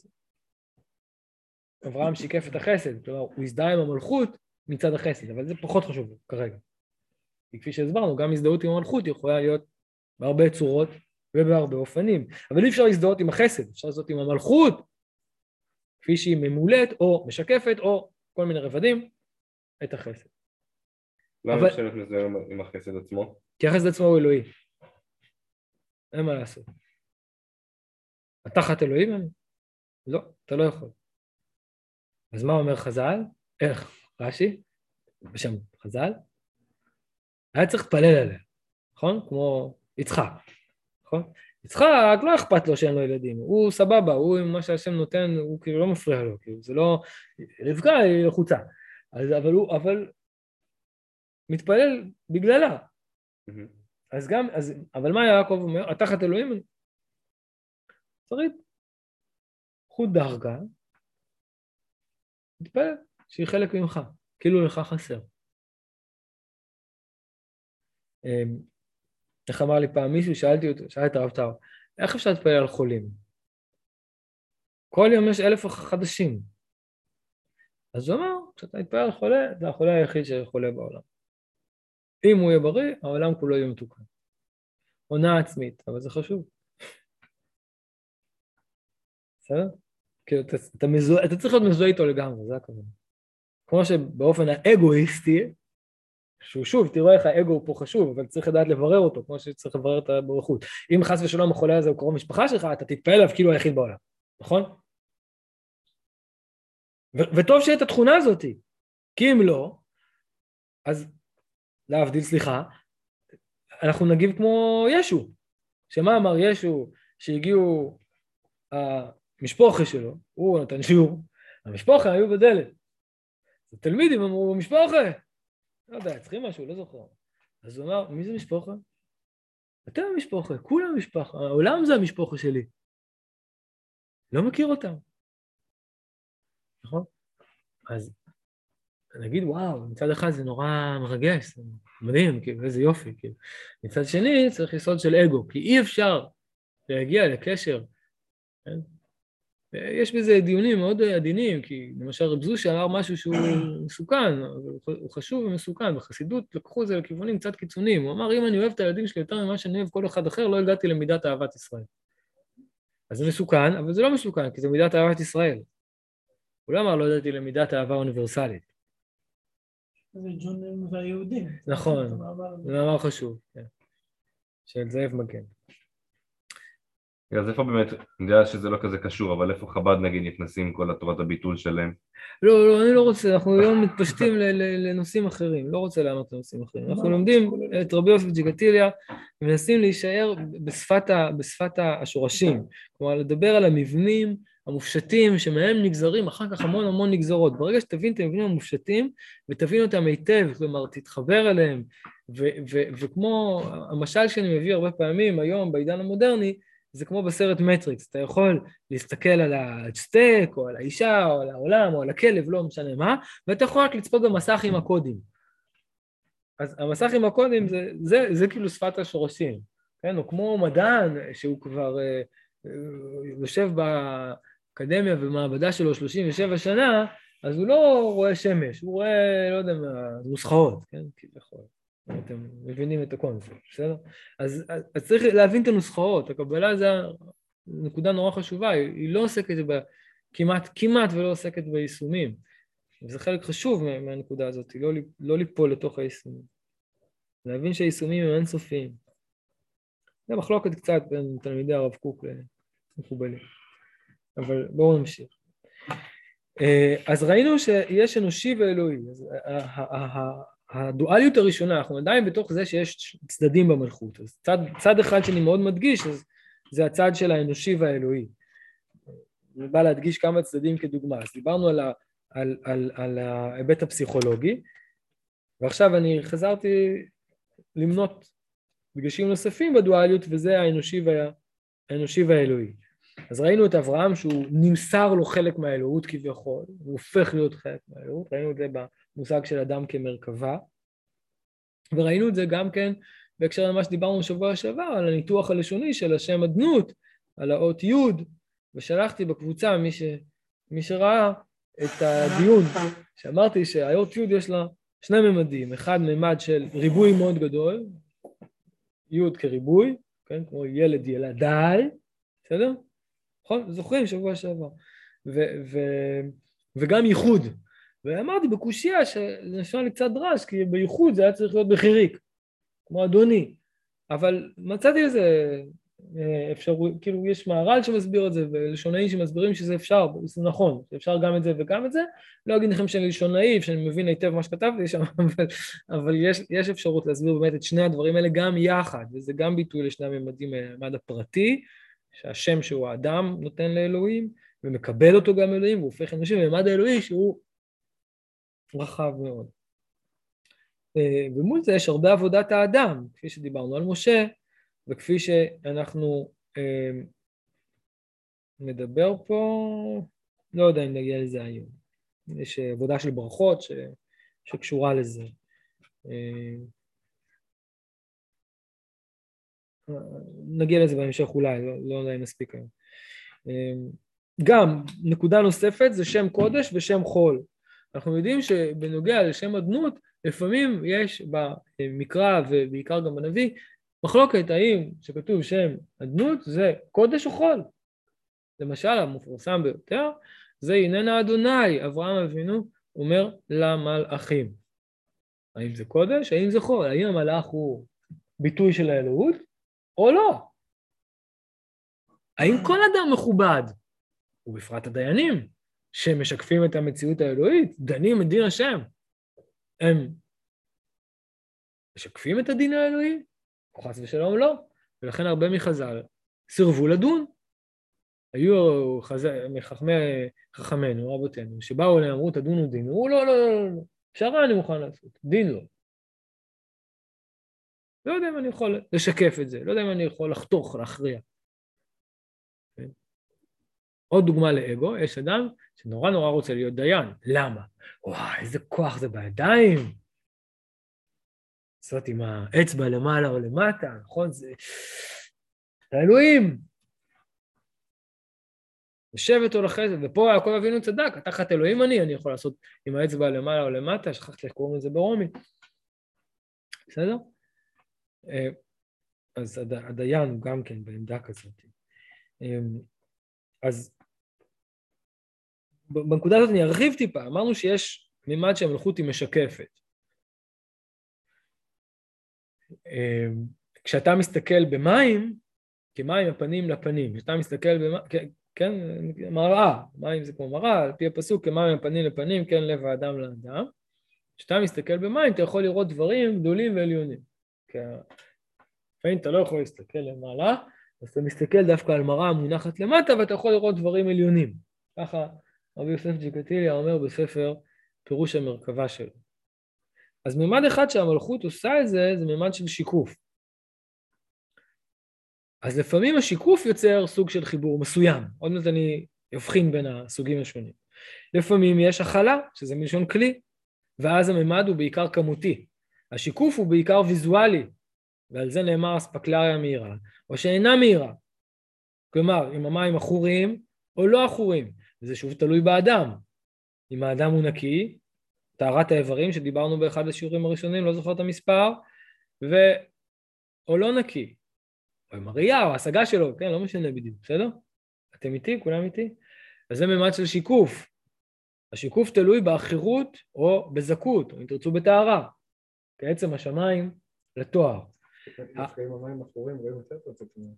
אברהם שיקף את החסד, כלומר, הוא הזדהה עם המלכות מצד החסד, אבל זה פחות חשוב כרגע. כי כפי שהסברנו, גם הזדהות עם המלכות יכולה להיות בהרבה צורות ובהרבה אופנים, אבל אי אפשר להזדהות עם החסד, אפשר להזדהות עם המלכות, כפי שהיא ממולאת או משקפת או כל מיני רבדים, את החסד. למה אבל... אפשר להזדהות עם החסד עצמו? כי החסד עצמו הוא אלוהי. אין מה לעשות. אתה תחת אלוהים? אני? לא, אתה לא יכול. אז מה אומר חז"ל? איך? רש"י? בשם חז"ל? היה צריך להתפלל עליה, נכון? כמו יצחק, נכון? יצחק לא אכפת לו שאין לו ילדים, הוא סבבה, הוא עם מה שהשם נותן, הוא כאילו לא מפריע לו, כאילו זה לא... רבקה היא לחוצה, אז, אבל הוא, אבל מתפלל בגללה. Mm-hmm. אז גם, אז, אבל מה יעקב אומר? התחת אלוהים? צריך חוד דרגה, מתפלל שהיא חלק ממך, כאילו לך חסר. איך אמר לי פעם מישהו, שאלתי אותו, שאלתי את הרב טאו, איך אפשר להתפלל על חולים? כל יום יש אלף חדשים. אז הוא אמר, כשאתה מתפלל על חולה, זה החולה היחיד שחולה בעולם. אם הוא יהיה בריא, העולם כולו יהיה מתוקן. עונה עצמית, אבל זה חשוב. בסדר? כאילו, אתה, אתה, מזוה, אתה צריך להיות מזוהה איתו לגמרי, זה הכוונה. כמו שבאופן האגואיסטי, שהוא שוב, תראו איך האגו הוא פה חשוב, אבל צריך לדעת לברר אותו, כמו שצריך לברר את הברכות. אם חס ושלום החולה הזה הוא קרוב משפחה שלך, אתה תתפעל עליו כאילו היחיד בעולם, נכון? ו- וטוב שיהיה את התכונה הזאת, כי אם לא, אז להבדיל, סליחה, אנחנו נגיב כמו ישו, שמה אמר ישו, שהגיעו המשפחה שלו, הוא נתן שיעור, המשפחה היו בדלת, התלמידים אמרו, משפחה, לא יודע, צריכים משהו, לא זוכר. אז הוא אמר, מי זה משפחה? אתם המשפחה, כולם משפחה, העולם זה המשפחה שלי. לא מכיר אותם. נכון? אז נגיד, וואו, מצד אחד זה נורא מרגש, זה מדהים, כאילו, איזה יופי. כאילו. מצד שני, צריך יסוד של אגו, כי אי אפשר להגיע לקשר. כן? יש בזה דיונים מאוד עדינים, כי למשל רב זושה אמר משהו שהוא מסוכן, הוא חשוב ומסוכן, בחסידות לקחו את זה לכיוונים קצת קיצוניים, הוא אמר, אם אני אוהב את הילדים שלי יותר ממה שאני אוהב כל אחד אחר, לא הגעתי למידת אהבת ישראל. אז זה מסוכן, אבל זה לא מסוכן, כי זה מידת אהבת ישראל. הוא לא אמר, לא הגעתי למידת אהבה אוניברסלית. זה ג'ון והיהודים. נכון, זה מאמר חשוב, כן. של זאב מגן. אז איפה באמת, אני יודע שזה לא כזה קשור, אבל איפה חב"ד נגיד נכנסים כל התורת הביטול שלהם? לא, לא, אני לא רוצה, אנחנו היום מתפשטים לנושאים אחרים, לא רוצה לענות לנושאים אחרים. אנחנו לומדים את רבי יוסף ג'קטיליה, ומנסים להישאר בשפת השורשים, כלומר לדבר על המבנים המופשטים שמהם נגזרים אחר כך המון המון נגזרות. ברגע שתבין את המבנים המופשטים ותבין אותם היטב, כלומר תתחבר אליהם, וכמו המשל שאני מביא הרבה פעמים היום בעידן המודרני, זה כמו בסרט מטריקס, אתה יכול להסתכל על הסטייק, או על האישה, או על העולם, או על הכלב, לא משנה מה, ואתה יכול רק לצפות במסך עם הקודים. אז המסך עם הקודים זה, זה, זה כאילו שפת השורשים, כן? או כמו מדען שהוא כבר אה, יושב באקדמיה ומעבדה שלו שלושים ושבע שנה, אז הוא לא רואה שמש, הוא רואה, לא יודע מה, נוסחאות, כן? כביכול. אתם מבינים את הקונספט, בסדר? אז, אז, אז צריך להבין את הנוסחאות, הקבלה זה נקודה נורא חשובה, היא, היא לא עוסקת בה, כמעט, כמעט ולא עוסקת ביישומים, וזה חלק חשוב מה, מהנקודה הזאת, לא, לא ליפול לתוך היישומים, להבין שהיישומים הם אינסופיים. זה מחלוקת קצת בין תלמידי הרב קוק למקובלים, אבל בואו נמשיך. אז ראינו שיש אנושי ואלוהי, אז הדואליות הראשונה, אנחנו עדיין בתוך זה שיש צדדים במלכות, אז צד, צד אחד שאני מאוד מדגיש, אז זה הצד של האנושי והאלוהי. אני בא להדגיש כמה צדדים כדוגמה, אז דיברנו על, ה, על, על, על ההיבט הפסיכולוגי, ועכשיו אני חזרתי למנות דגשים נוספים בדואליות, וזה האנושי, וה, האנושי והאלוהי. אז ראינו את אברהם שהוא נמסר לו חלק מהאלוהות כביכול, הוא הופך להיות חלק מהאלוהות, ראינו את זה במושג של אדם כמרכבה, וראינו את זה גם כן בהקשר למה שדיברנו בשבוע שעבר, על הניתוח הלשוני של השם אדנות, על האות י', ושלחתי בקבוצה מי, ש, מי שראה את הדיון, שאמרתי שהאות י' יש לה שני ממדים, אחד ממד של ריבוי מאוד גדול, י' כריבוי, כן, כמו ילד ילדיי, בסדר? נכון? זוכרים שבוע שעבר. ו- ו- וגם ייחוד. ואמרתי בקושיה שזה נשמע לי קצת דרש, כי בייחוד זה היה צריך להיות בחיריק, כמו אדוני. אבל מצאתי לזה אפשר, כאילו יש מערל שמסביר את זה, ולשונאים שמסבירים שזה אפשר, זה נכון, אפשר גם את זה וגם את זה. לא אגיד לכם שאני לשונאי, שאני מבין היטב מה שכתבתי שם, אבל, אבל יש, יש אפשרות להסביר באמת את שני הדברים האלה גם יחד, וזה גם ביטוי לשני הממדים, הממד הפרטי, שהשם שהוא האדם נותן לאלוהים, ומקבל אותו גם אלוהים, והוא הופך אנושי, וממד האלוהי שהוא רחב מאוד. ומול זה יש הרבה עבודת האדם, כפי שדיברנו על משה, וכפי שאנחנו אה, נדבר פה, לא יודע אם נגיע לזה היום. יש עבודה של ברכות ש, שקשורה לזה. אה, נגיע לזה בהמשך אולי, לא, לא יודע אם נספיק היום. אה, גם נקודה נוספת זה שם קודש ושם חול. אנחנו יודעים שבנוגע לשם אדנות, לפעמים יש במקרא ובעיקר גם בנביא, מחלוקת האם שכתוב שם אדנות זה קודש או חול. למשל המפורסם ביותר זה הננה אדוני, אברהם אבינו אומר למלאכים. האם זה קודש? האם זה חול? האם המלאך הוא ביטוי של האלוהות או לא? האם כל אדם מכובד? ובפרט הדיינים שמשקפים את המציאות האלוהית, דנים את דין השם. הם משקפים את הדין האלוהי? חס ושלום לא, ולכן הרבה מחז"ל סירבו לדון. היו מחכמי חכמינו, רבותינו, שבאו אליהם, אמרו תדונו דין, אמרו לא, לא, לא, לא, פשרה אני מוכן לעשות, דין לא. לא יודע אם אני יכול לשקף את זה, לא יודע אם אני יכול לחתוך, להכריע. עוד דוגמה לאגו, יש אדם שנורא נורא רוצה להיות דיין. למה? וואי, איזה כוח זה בידיים. לעשות עם האצבע למעלה או למטה, נכון? זה האלוהים. לשבת או לחסד, ופה יעקב אבינו צדק, תחת אלוהים אני, אני יכול לעשות עם האצבע למעלה או למטה, שכחתי איך קוראים לזה ברומית. בסדר? אז הדיין הוא גם כן בעמדה כזאת. אז בנקודה הזאת אני ארחיב טיפה, אמרנו שיש מימד שהמלכות היא משקפת. כשאתה מסתכל במים, כמים הפנים לפנים, כשאתה מסתכל במים, כן, מראה, מים זה כמו מראה, על פי הפסוק, כמים הפנים לפנים, כן לב האדם לאדם. כשאתה מסתכל במים, אתה יכול לראות דברים גדולים ועליונים. לפעמים אתה לא יכול להסתכל למעלה, אז אתה מסתכל דווקא על מראה מונחת למטה, ואתה יכול לראות דברים עליונים. ככה רבי יוסף ג'קטיליה אומר בספר פירוש המרכבה שלו. אז ממד אחד שהמלכות עושה את זה, זה ממד של שיקוף. אז לפעמים השיקוף יוצר סוג של חיבור מסוים. עוד מעט אני אבחין בין הסוגים השונים. לפעמים יש הכלה, שזה מלשון כלי, ואז הממד הוא בעיקר כמותי. השיקוף הוא בעיקר ויזואלי, ועל זה נאמר אספקלריה מהירה, או שאינה מהירה. כלומר, אם המים אחוריים או לא אחוריים, וזה שוב תלוי באדם. אם האדם הוא נקי, טהרת האיברים שדיברנו באחד השיעורים הראשונים, לא זוכר את המספר, ו... או לא נקי, או עם הראייה, או ההשגה שלו, כן, לא משנה בדיוק, בסדר? אתם איתי? כולם איתי? אז זה ממד של שיקוף. השיקוף תלוי באחירות או בזכות, או אם תרצו בטהרה, כעצם השמיים לתואר. דווקא עם המים אחורים רואים יותר טוב.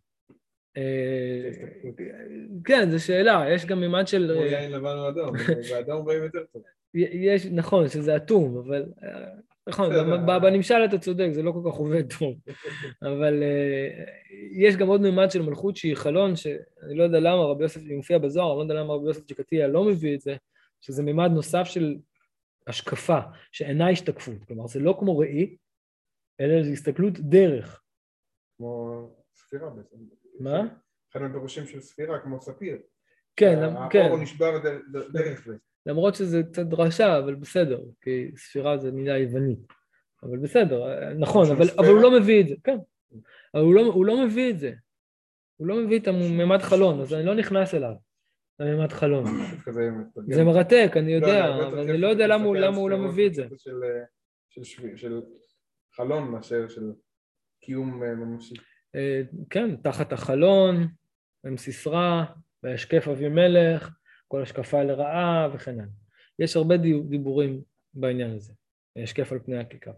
כן, זו שאלה, יש גם ממד של... כמו יין לבן או אדום, באדום רואים יותר טוב. יש, נכון, שזה אטום, אבל... נכון, בנמשל אתה צודק, זה לא כל כך עובד טוב. אבל יש גם עוד ממד של מלכות שהיא חלון, שאני לא יודע למה רבי יוסף, היא מופיעה בזוהר, אני לא יודע למה רבי יוסף ג'קטיליה לא מביא את זה, שזה ממד נוסף של השקפה, שאינה השתקפות. כלומר, זה לא כמו ראי, אלא זה הסתכלות דרך. כמו ספירה בעצם. מה? אחד מהפירושים של ספירה, כמו ספיר. כן, כן. האור נשבע דרך זה. למרות שזה קצת דרשה, אבל בסדר, כי ספירה זה מילה יוונית. אבל בסדר, נכון, אבל, אבל הוא לא מביא את זה, כן. אבל הוא לא, הוא לא מביא את זה. הוא לא מביא את הממד חלון, אז אני לא נכנס אליו. הממד חלון. זה מרתק, אני יודע, אבל אני לא יודע למה הוא לא מביא את זה. של חלון מאשר של קיום ממשי. כן, תחת החלון, עם סיסרא, והשקף אבימלך, כל השקפה לרעה וכן הלאה. יש הרבה דיבורים בעניין הזה, השקף על פני הכיכר.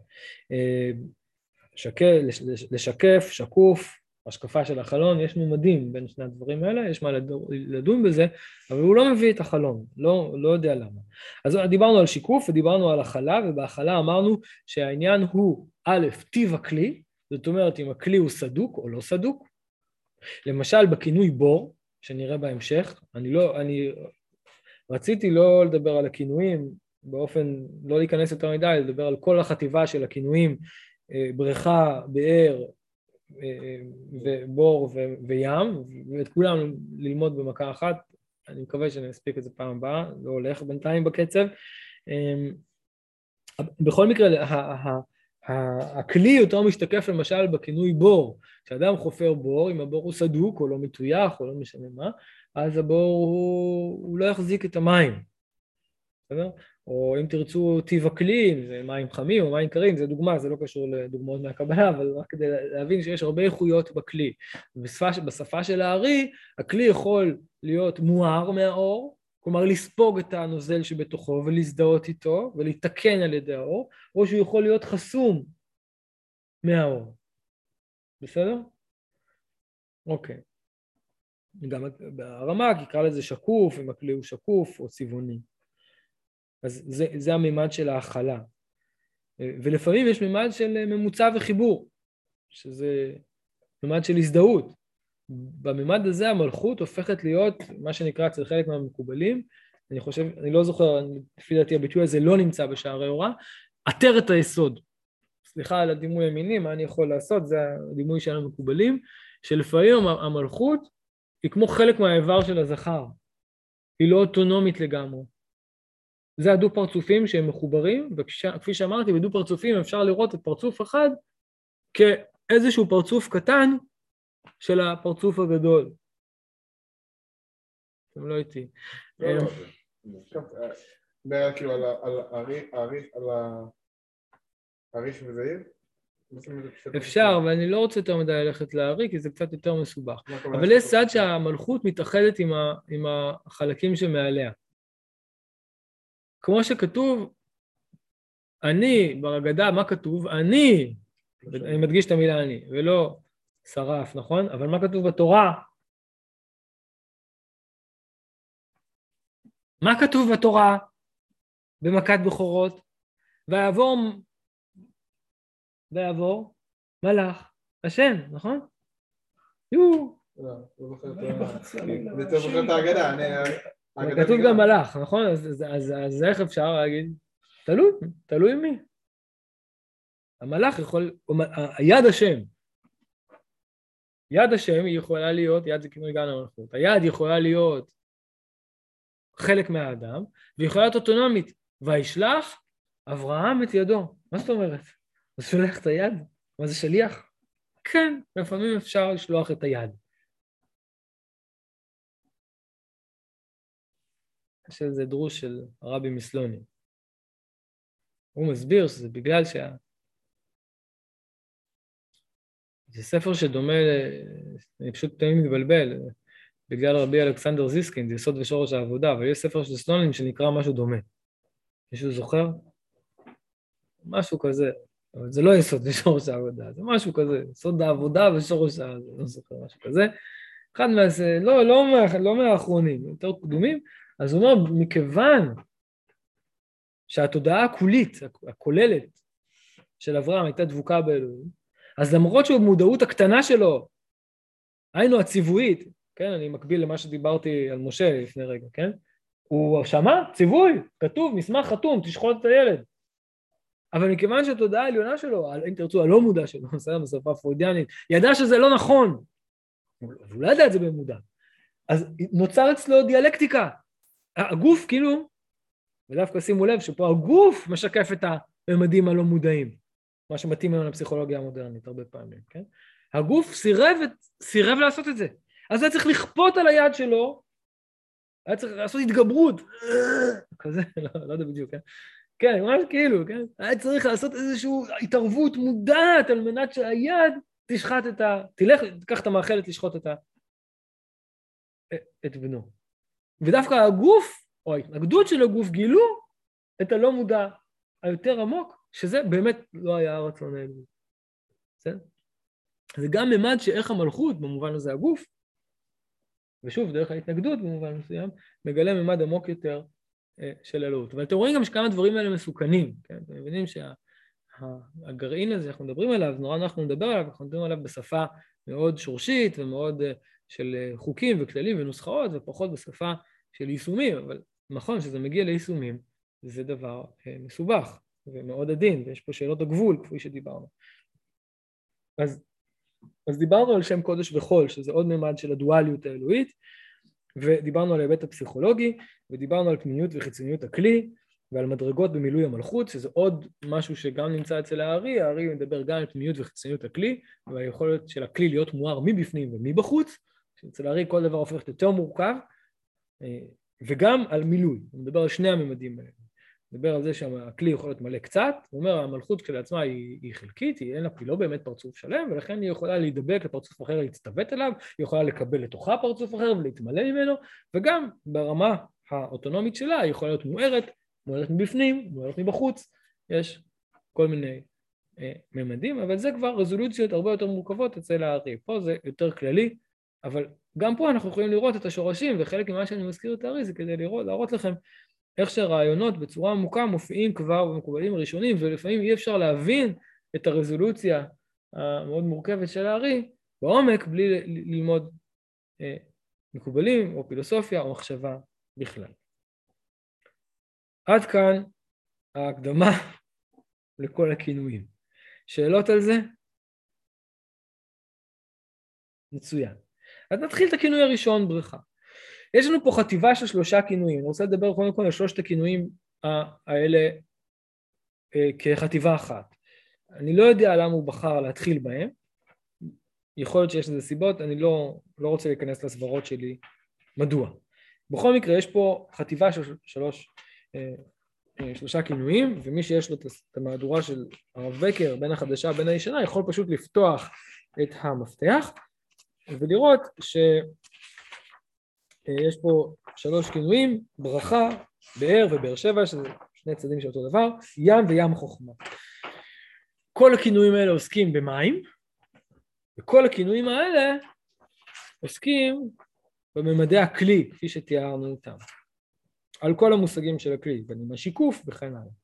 לשקף, שקוף, השקפה של החלון, יש ממדים בין שני הדברים האלה, יש מה לדון בזה, אבל הוא לא מביא את החלון, לא, לא יודע למה. אז דיברנו על שיקוף ודיברנו על החלה, ובהחלה אמרנו שהעניין הוא א', טיב הכלי, זאת אומרת אם הכלי הוא סדוק או לא סדוק, למשל בכינוי בור, שנראה בהמשך, אני לא, אני רציתי לא לדבר על הכינויים, באופן, לא להיכנס יותר מדי, לדבר על כל החטיבה של הכינויים, בריכה, באר, ובור וים, ואת כולם ללמוד במכה אחת, אני מקווה שאני אספיק את זה פעם הבאה, לא הולך בינתיים בקצב. בכל מקרה, הכלי יותר משתקף למשל בכינוי בור, כשאדם חופר בור, אם הבור הוא סדוק או לא מטויח או לא משנה מה, אז הבור הוא, הוא לא יחזיק את המים, בסדר? או אם תרצו טיב הכלי, אם זה מים חמים או מים קרים, זה דוגמה, זה לא קשור לדוגמאות מהקבלה, אבל רק כדי להבין שיש הרבה איכויות בכלי. בשפה, בשפה של הארי, הכלי יכול להיות מואר מהאור, כלומר לספוג את הנוזל שבתוכו ולהזדהות איתו ולהתקן על ידי האור, או שהוא יכול להיות חסום מהאור. בסדר? אוקיי. גם ברמ"ק יקרא לזה שקוף, אם הכלי הוא שקוף או צבעוני. אז זה, זה הממד של ההכלה. ולפעמים יש ממד של ממוצע וחיבור, שזה ממד של הזדהות. בממד הזה המלכות הופכת להיות, מה שנקרא אצל חלק מהמקובלים, אני חושב, אני לא זוכר, לפי דעתי הביטוי הזה לא נמצא בשערי אורה, עטרת היסוד. סליחה על הדימוי המיני, מה אני יכול לעשות, זה הדימוי של המקובלים, שלפעמים המלכות היא כמו חלק מהאיבר של הזכר, היא לא אוטונומית לגמרי. זה הדו פרצופים שהם מחוברים, וכפי שאמרתי, בדו פרצופים אפשר לראות את פרצוף אחד כאיזשהו פרצוף קטן של הפרצוף הגדול. אתם לא איתי. לא, לא, זה כאילו על העריך וזהיר? אפשר, אבל אני לא רוצה יותר מדי ללכת לעריך, כי זה קצת יותר מסובך. אבל יש צד שהמלכות מתאחדת עם החלקים שמעליה. כמו שכתוב, אני, בהגדה, מה כתוב? אני, אני מדגיש את המילה אני, ולא שרף, נכון? אבל מה כתוב בתורה? מה כתוב בתורה? במכת בכורות? ויעבור, ויעבור, מלאך, השם, נכון? יו. לא, לא זוכר את ההגדה, אני... כתוב גם מלאך, נכון? אז, אז, אז, אז איך אפשר להגיד? תלוי, תלוי מי. המלאך יכול, היד השם, יד השם היא יכולה להיות, יד זה כינוי גן המלכות, היד יכולה להיות חלק מהאדם, והיא יכולה להיות אוטונומית, וישלח אברהם את ידו. מה זאת אומרת? אז שולח את היד? מה זה שליח? כן, לפעמים אפשר לשלוח את היד. יש איזה דרוש של הרבי מסלוני. הוא מסביר שזה בגלל שה... זה ספר שדומה, אני פשוט תמיד מתבלבל, בגלל רבי אלכסנדר זיסקין, זה יסוד ושורש העבודה, אבל יש ספר של סלונים שנקרא משהו דומה. מישהו זוכר? משהו כזה, אבל זה לא יסוד ושורש העבודה, זה משהו כזה, יסוד העבודה ושורש העבודה, לא זוכר משהו כזה. אחד מה... לא, לא, לא מהאחרונים, יותר קדומים, אז הוא אומר, מכיוון שהתודעה הכולית, הכוללת של אברהם הייתה דבוקה באלוהים, אז למרות שבמודעות הקטנה שלו, היינו הציוואית, כן, אני מקביל למה שדיברתי על משה לפני רגע, כן? הוא שמע, ציווי, כתוב, מסמך חתום, תשחוט את הילד. אבל מכיוון שהתודעה העליונה שלו, אם תרצו, הלא מודע שלו, בשפה פרוידיאנית, ידע שזה לא נכון, הוא לא ידע את זה במודע, אז נוצר אצלו דיאלקטיקה, הגוף כאילו, ודווקא שימו לב שפה הגוף משקף את הממדים הלא מודעים, מה שמתאים היום לפסיכולוגיה המודרנית הרבה פעמים, כן? הגוף סירב, סירב לעשות את זה. אז היה צריך לכפות על היד שלו, היה צריך לעשות התגברות, כזה, לא, לא יודע בדיוק, כן? כן, ממש כאילו, כן? היה צריך לעשות איזושהי התערבות מודעת על מנת שהיד תשחט את ה... תלך, תיקח את המאכלת לשחוט את ה... את בנו. ודווקא הגוף, או ההתנגדות של הגוף, גילו את הלא מודע היותר עמוק, שזה באמת לא היה הרצון האלוהי. בסדר? זה גם ממד שאיך המלכות, במובן הזה הגוף, ושוב, דרך ההתנגדות במובן מסוים, מגלה ממד עמוק יותר אה, של אלוהות. אבל אתם רואים גם שכמה דברים האלה מסוכנים, כן? אתם מבינים שהגרעין הזה שאנחנו מדברים עליו, נורא אנחנו נדבר עליו, אנחנו מדברים עליו בשפה מאוד שורשית ומאוד אה, של אה, חוקים וכללים ונוסחאות, ופחות בשפה של יישומים, אבל נכון שזה מגיע ליישומים, זה דבר אה, מסובך ומאוד עדין, ויש פה שאלות הגבול, כפי שדיברנו. אז אז דיברנו על שם קודש וחול, שזה עוד ממד של הדואליות האלוהית, ודיברנו על ההיבט הפסיכולוגי, ודיברנו על פנימיות וחיצוניות הכלי, ועל מדרגות במילוי המלכות, שזה עוד משהו שגם נמצא אצל הארי, הארי מדבר גם על פנימיות וחיצוניות הכלי, והיכולת של הכלי להיות מואר מבפנים ומבחוץ, שאצל הארי כל דבר הופך יותר מורכב, וגם על מילוי, הוא מדבר על שני הממדים האלה. מדבר על זה שהכלי יכול להיות מלא קצת, הוא אומר, המלכות כשלעצמה היא, היא חלקית, היא אין לה, היא לא באמת פרצוף שלם, ולכן היא יכולה להידבק לפרצוף אחר, להצטוות אליו, היא יכולה לקבל לתוכה פרצוף אחר ולהתמלא ממנו, וגם ברמה האוטונומית שלה היא יכולה להיות מוארת, מוארת מבפנים, מוארת מבחוץ, יש כל מיני אה, ממדים, אבל זה כבר רזולוציות הרבה יותר מורכבות אצל הארי, פה זה יותר כללי, אבל גם פה אנחנו יכולים לראות את השורשים, וחלק ממה שאני מזכיר את הארי זה כדי לראות, להראות לכם איך שהרעיונות בצורה עמוקה מופיעים כבר במקובלים הראשונים, ולפעמים אי אפשר להבין את הרזולוציה המאוד מורכבת של הארי בעומק, בלי ללמוד אה, מקובלים או פילוסופיה או מחשבה בכלל. עד כאן ההקדמה לכל הכינויים. שאלות על זה? מצוין. אז נתחיל את הכינוי הראשון, בריכה. יש לנו פה חטיבה של שלושה כינויים, אני רוצה לדבר קודם כל על שלושת הכינויים האלה כחטיבה אחת. אני לא יודע למה הוא בחר להתחיל בהם, יכול להיות שיש לזה סיבות, אני לא, לא רוצה להיכנס לסברות שלי, מדוע. בכל מקרה יש פה חטיבה של שלוש, שלושה כינויים, ומי שיש לו את המהדורה של הרב בקר, בין החדשה בין הישנה, יכול פשוט לפתוח את המפתח, ולראות ש... יש פה שלוש כינויים, ברכה, באר ובאר שבע, שזה שני צדדים של אותו דבר, ים וים חוכמה. כל הכינויים האלה עוסקים במים, וכל הכינויים האלה עוסקים בממדי הכלי, כפי שתיארנו אותם, על כל המושגים של הכלי, בין השיקוף וכן הלאה.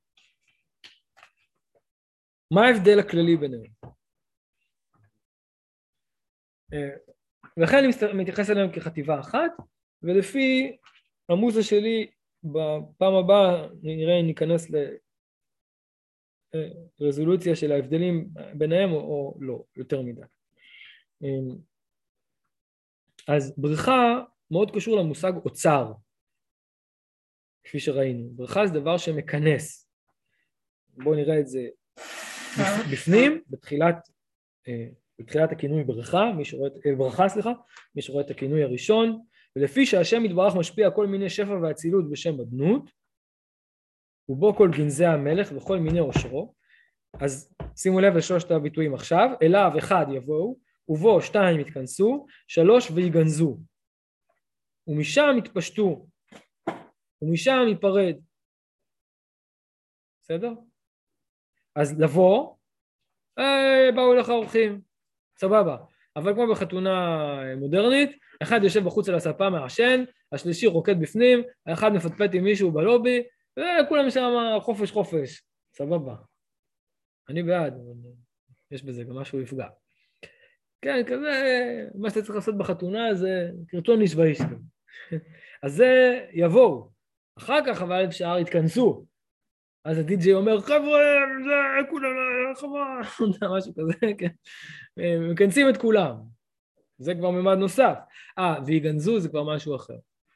מה ההבדל הכללי ביניהם? ולכן אני מתייחס אליהם כחטיבה אחת, ולפי המוזה שלי, בפעם הבאה נראה אם ניכנס לרזולוציה של ההבדלים ביניהם או, או לא, יותר מדי. אז בריכה מאוד קשור למושג אוצר, כפי שראינו. בריכה זה דבר שמכנס. בואו נראה את זה בפנים, בתחילת, בתחילת הכינוי בריכה, מי שרואה, ברכה, סליחה, מי שרואה את הכינוי הראשון, ולפי שהשם יתברך משפיע כל מיני שפע והצילות בשם אדנות, ובו כל גנזי המלך וכל מיני עושרו, אז שימו לב לשלושת הביטויים עכשיו, אליו אחד יבואו, ובו שתיים יתכנסו, שלוש ויגנזו, ומשם יתפשטו, ומשם ייפרד. בסדר? אז לבוא, אה, באו לך אורחים, סבבה, אבל כמו בחתונה מודרנית, אחד יושב בחוץ על הספה מעשן, השלישי רוקד בפנים, האחד מפטפט עם מישהו בלובי, וכולם שם חופש חופש, סבבה. אני בעד, יש בזה גם משהו יפגע. כן, כזה, מה שאתה צריך לעשות בחתונה זה קרטון נשבעיש. אז זה יבואו. אחר כך אבל אפשר יתכנסו. אז הדי-ג'יי אומר, חבר'ה, זה כולם, חבר'ה, משהו כזה, כן. מכנסים את כולם. זה כבר ממד נוסף. אה, ויגנזו זה כבר משהו אחר.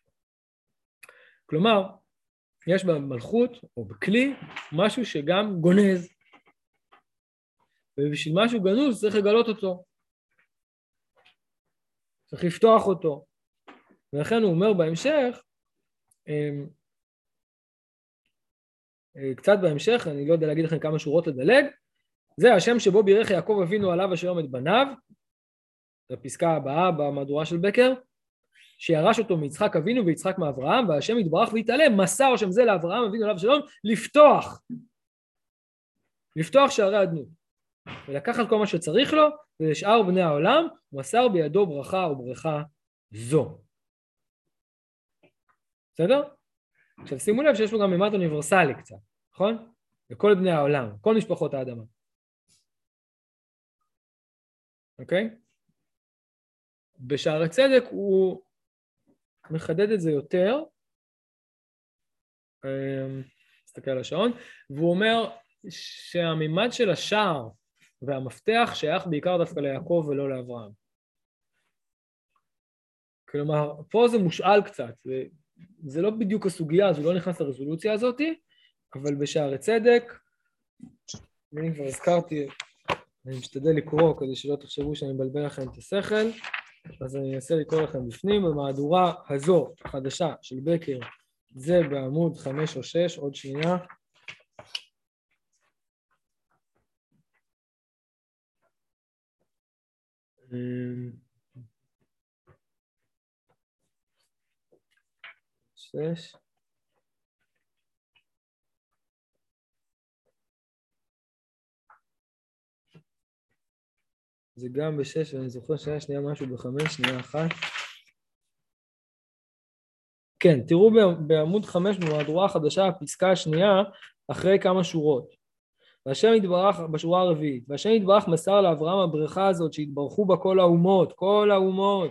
כלומר, יש במלכות או בכלי משהו שגם גונז. ובשביל משהו גנוז צריך לגלות אותו. צריך לפתוח אותו. ולכן הוא אומר בהמשך, קצת בהמשך, אני לא יודע להגיד לכם כמה שורות לדלג, זה השם שבו בירך יעקב אבינו עליו השלום את בניו, זו הפסקה הבאה במהדורה של בקר, שירש אותו מיצחק אבינו ויצחק מאברהם, והשם יתברך ויתעלה, מסר השם זה לאברהם אבינו עליו השלום, לפתוח, לפתוח שערי אדנות, ולקחת כל מה שצריך לו, ולשאר בני העולם, מסר בידו ברכה וברכה זו. בסדר? עכשיו שימו לב שיש לו גם ממד אוניברסלי קצת, נכון? לכל בני העולם, כל משפחות האדמה. אוקיי? בשערי צדק הוא מחדד את זה יותר, נסתכל על השעון, והוא אומר שהמימד של השער והמפתח שייך בעיקר דווקא ליעקב ולא לאברהם. כלומר, פה זה מושאל קצת, זה, זה לא בדיוק הסוגיה, זה לא נכנס לרזולוציה הזאת, אבל בשערי צדק, אני כבר הזכרתי, אני משתדל לקרוא כדי שלא תחשבו שאני מבלבל לכם את השכל, אז אני אנסה לקרוא לכם בפנים, במהדורה הזו החדשה של בקר, זה בעמוד חמש או שש, עוד שנייה. שש. זה גם בשש, ואני זוכר שהיה שנייה משהו בחמש, שנייה אחת. כן, תראו בעמוד חמש במהדורה החדשה, הפסקה השנייה, אחרי כמה שורות. והשם יתברך בשורה הרביעית, והשם יתברך מסר לאברהם הברכה הזאת שהתברכו בה כל האומות, כל האומות.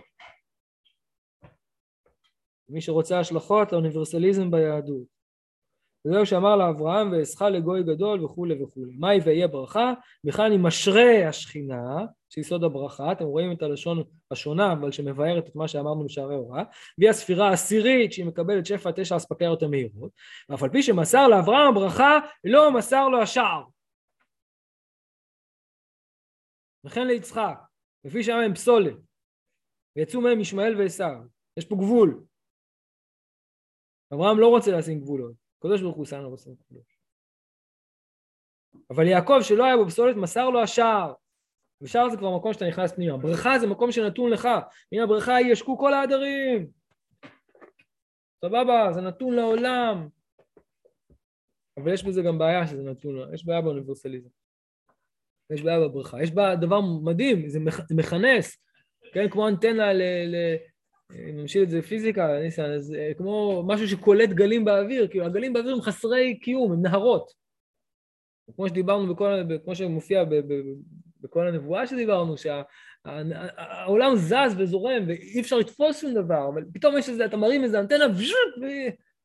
מי שרוצה השלכות לאוניברסליזם ביהדות. וזהו שאמר לאברהם ואעשך לגוי גדול וכו' וכו'. מהי ויהיה ברכה? בכלל אני משרה השכינה, שיסוד הברכה, אתם רואים את הלשון השונה, אבל שמבארת את מה שאמרנו בשערי הוראה, והיא הספירה העשירית שהיא מקבלת שפע תשע אספקיות המהירות, ואף על פי שמסר לאברהם הברכה, לא מסר לו השער. וכן ליצחק, לפי שהיה הם פסולת, ויצאו מהם ישמעאל ועשיו, יש פה גבול. אברהם לא רוצה לשים גבולות, קדוש ברוך הוא שם לו לשים גבולות. אבל יעקב שלא היה בו פסולת, מסר לו השער. ושער זה כבר מקום שאתה נכנס פנימה. ברכה זה מקום שנתון לך. הנה הברכה היא ישקו כל העדרים. סבבה, זה נתון לעולם. אבל יש בזה גם בעיה שזה נתון, יש בעיה באוניברסליזם. יש בעיה בברכה. יש בה דבר מדהים, זה מכנס, כן, כמו אנטנה ל... ל... נמשיל את זה פיזיקה, ניסן, אז כמו משהו שקולט גלים באוויר, כאילו הגלים באוויר הם חסרי קיום, הם נהרות. כמו שדיברנו, בכל, כמו שמופיע ב, ב, בכל הנבואה שדיברנו, שהעולם זז וזורם, ואי אפשר לתפוס שום דבר, אבל פתאום יש איזה, אתה מרים איזה אנטנה, וז'וט, ו...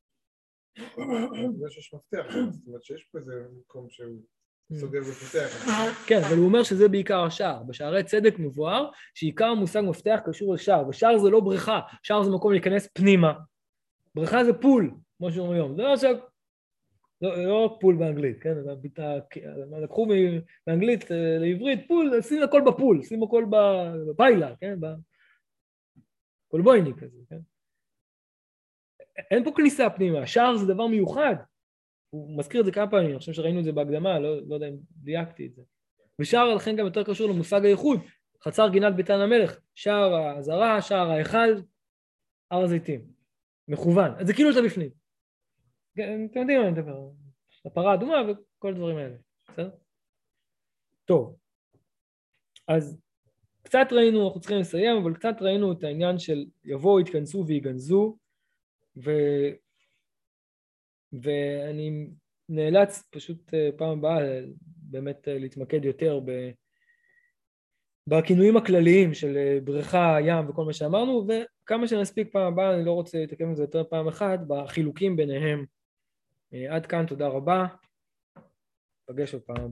זה שיש מפתח, זאת אומרת שיש פה איזה מקום שהוא סוגר ופותח. כן, אבל הוא אומר שזה בעיקר השער. בשערי צדק מבואר שעיקר המושג מפתח קשור לשער, ושער זה לא בריכה, שער זה מקום להיכנס פנימה. בריכה זה פול, כמו שאומרים היום. זה לא עכשיו, לא רק פול באנגלית, כן? לקחו באנגלית לעברית פול, שים הכל בפול, שים הכל בפיילה, כן? קולבויני כזה, כן? אין פה כניסה פנימה, שער זה דבר מיוחד. הוא מזכיר את זה כמה פעמים, אני חושב שראינו את זה בהקדמה, לא, לא יודע אם דייקתי את זה. ושער לכן גם יותר קשור למושג הייחוד, חצר גינת ביתן המלך, שער הזרה, שער האחד, הר הזיתים, מכוון, אז זה כאילו שאתה בפנים. אתם יודעים מה אני מדבר, הפרה אדומה וכל הדברים האלה, בסדר? טוב, אז קצת ראינו, אנחנו צריכים לסיים, אבל קצת ראינו את העניין של יבואו, יתכנסו ויגנזו, ו... ואני נאלץ פשוט פעם הבאה באמת להתמקד יותר בכינויים הכלליים של בריכה, ים וכל מה שאמרנו, וכמה שנספיק פעם הבאה, אני לא רוצה להתעכב עם זה יותר פעם אחת, בחילוקים ביניהם. עד כאן, תודה רבה, פגש עוד פעם.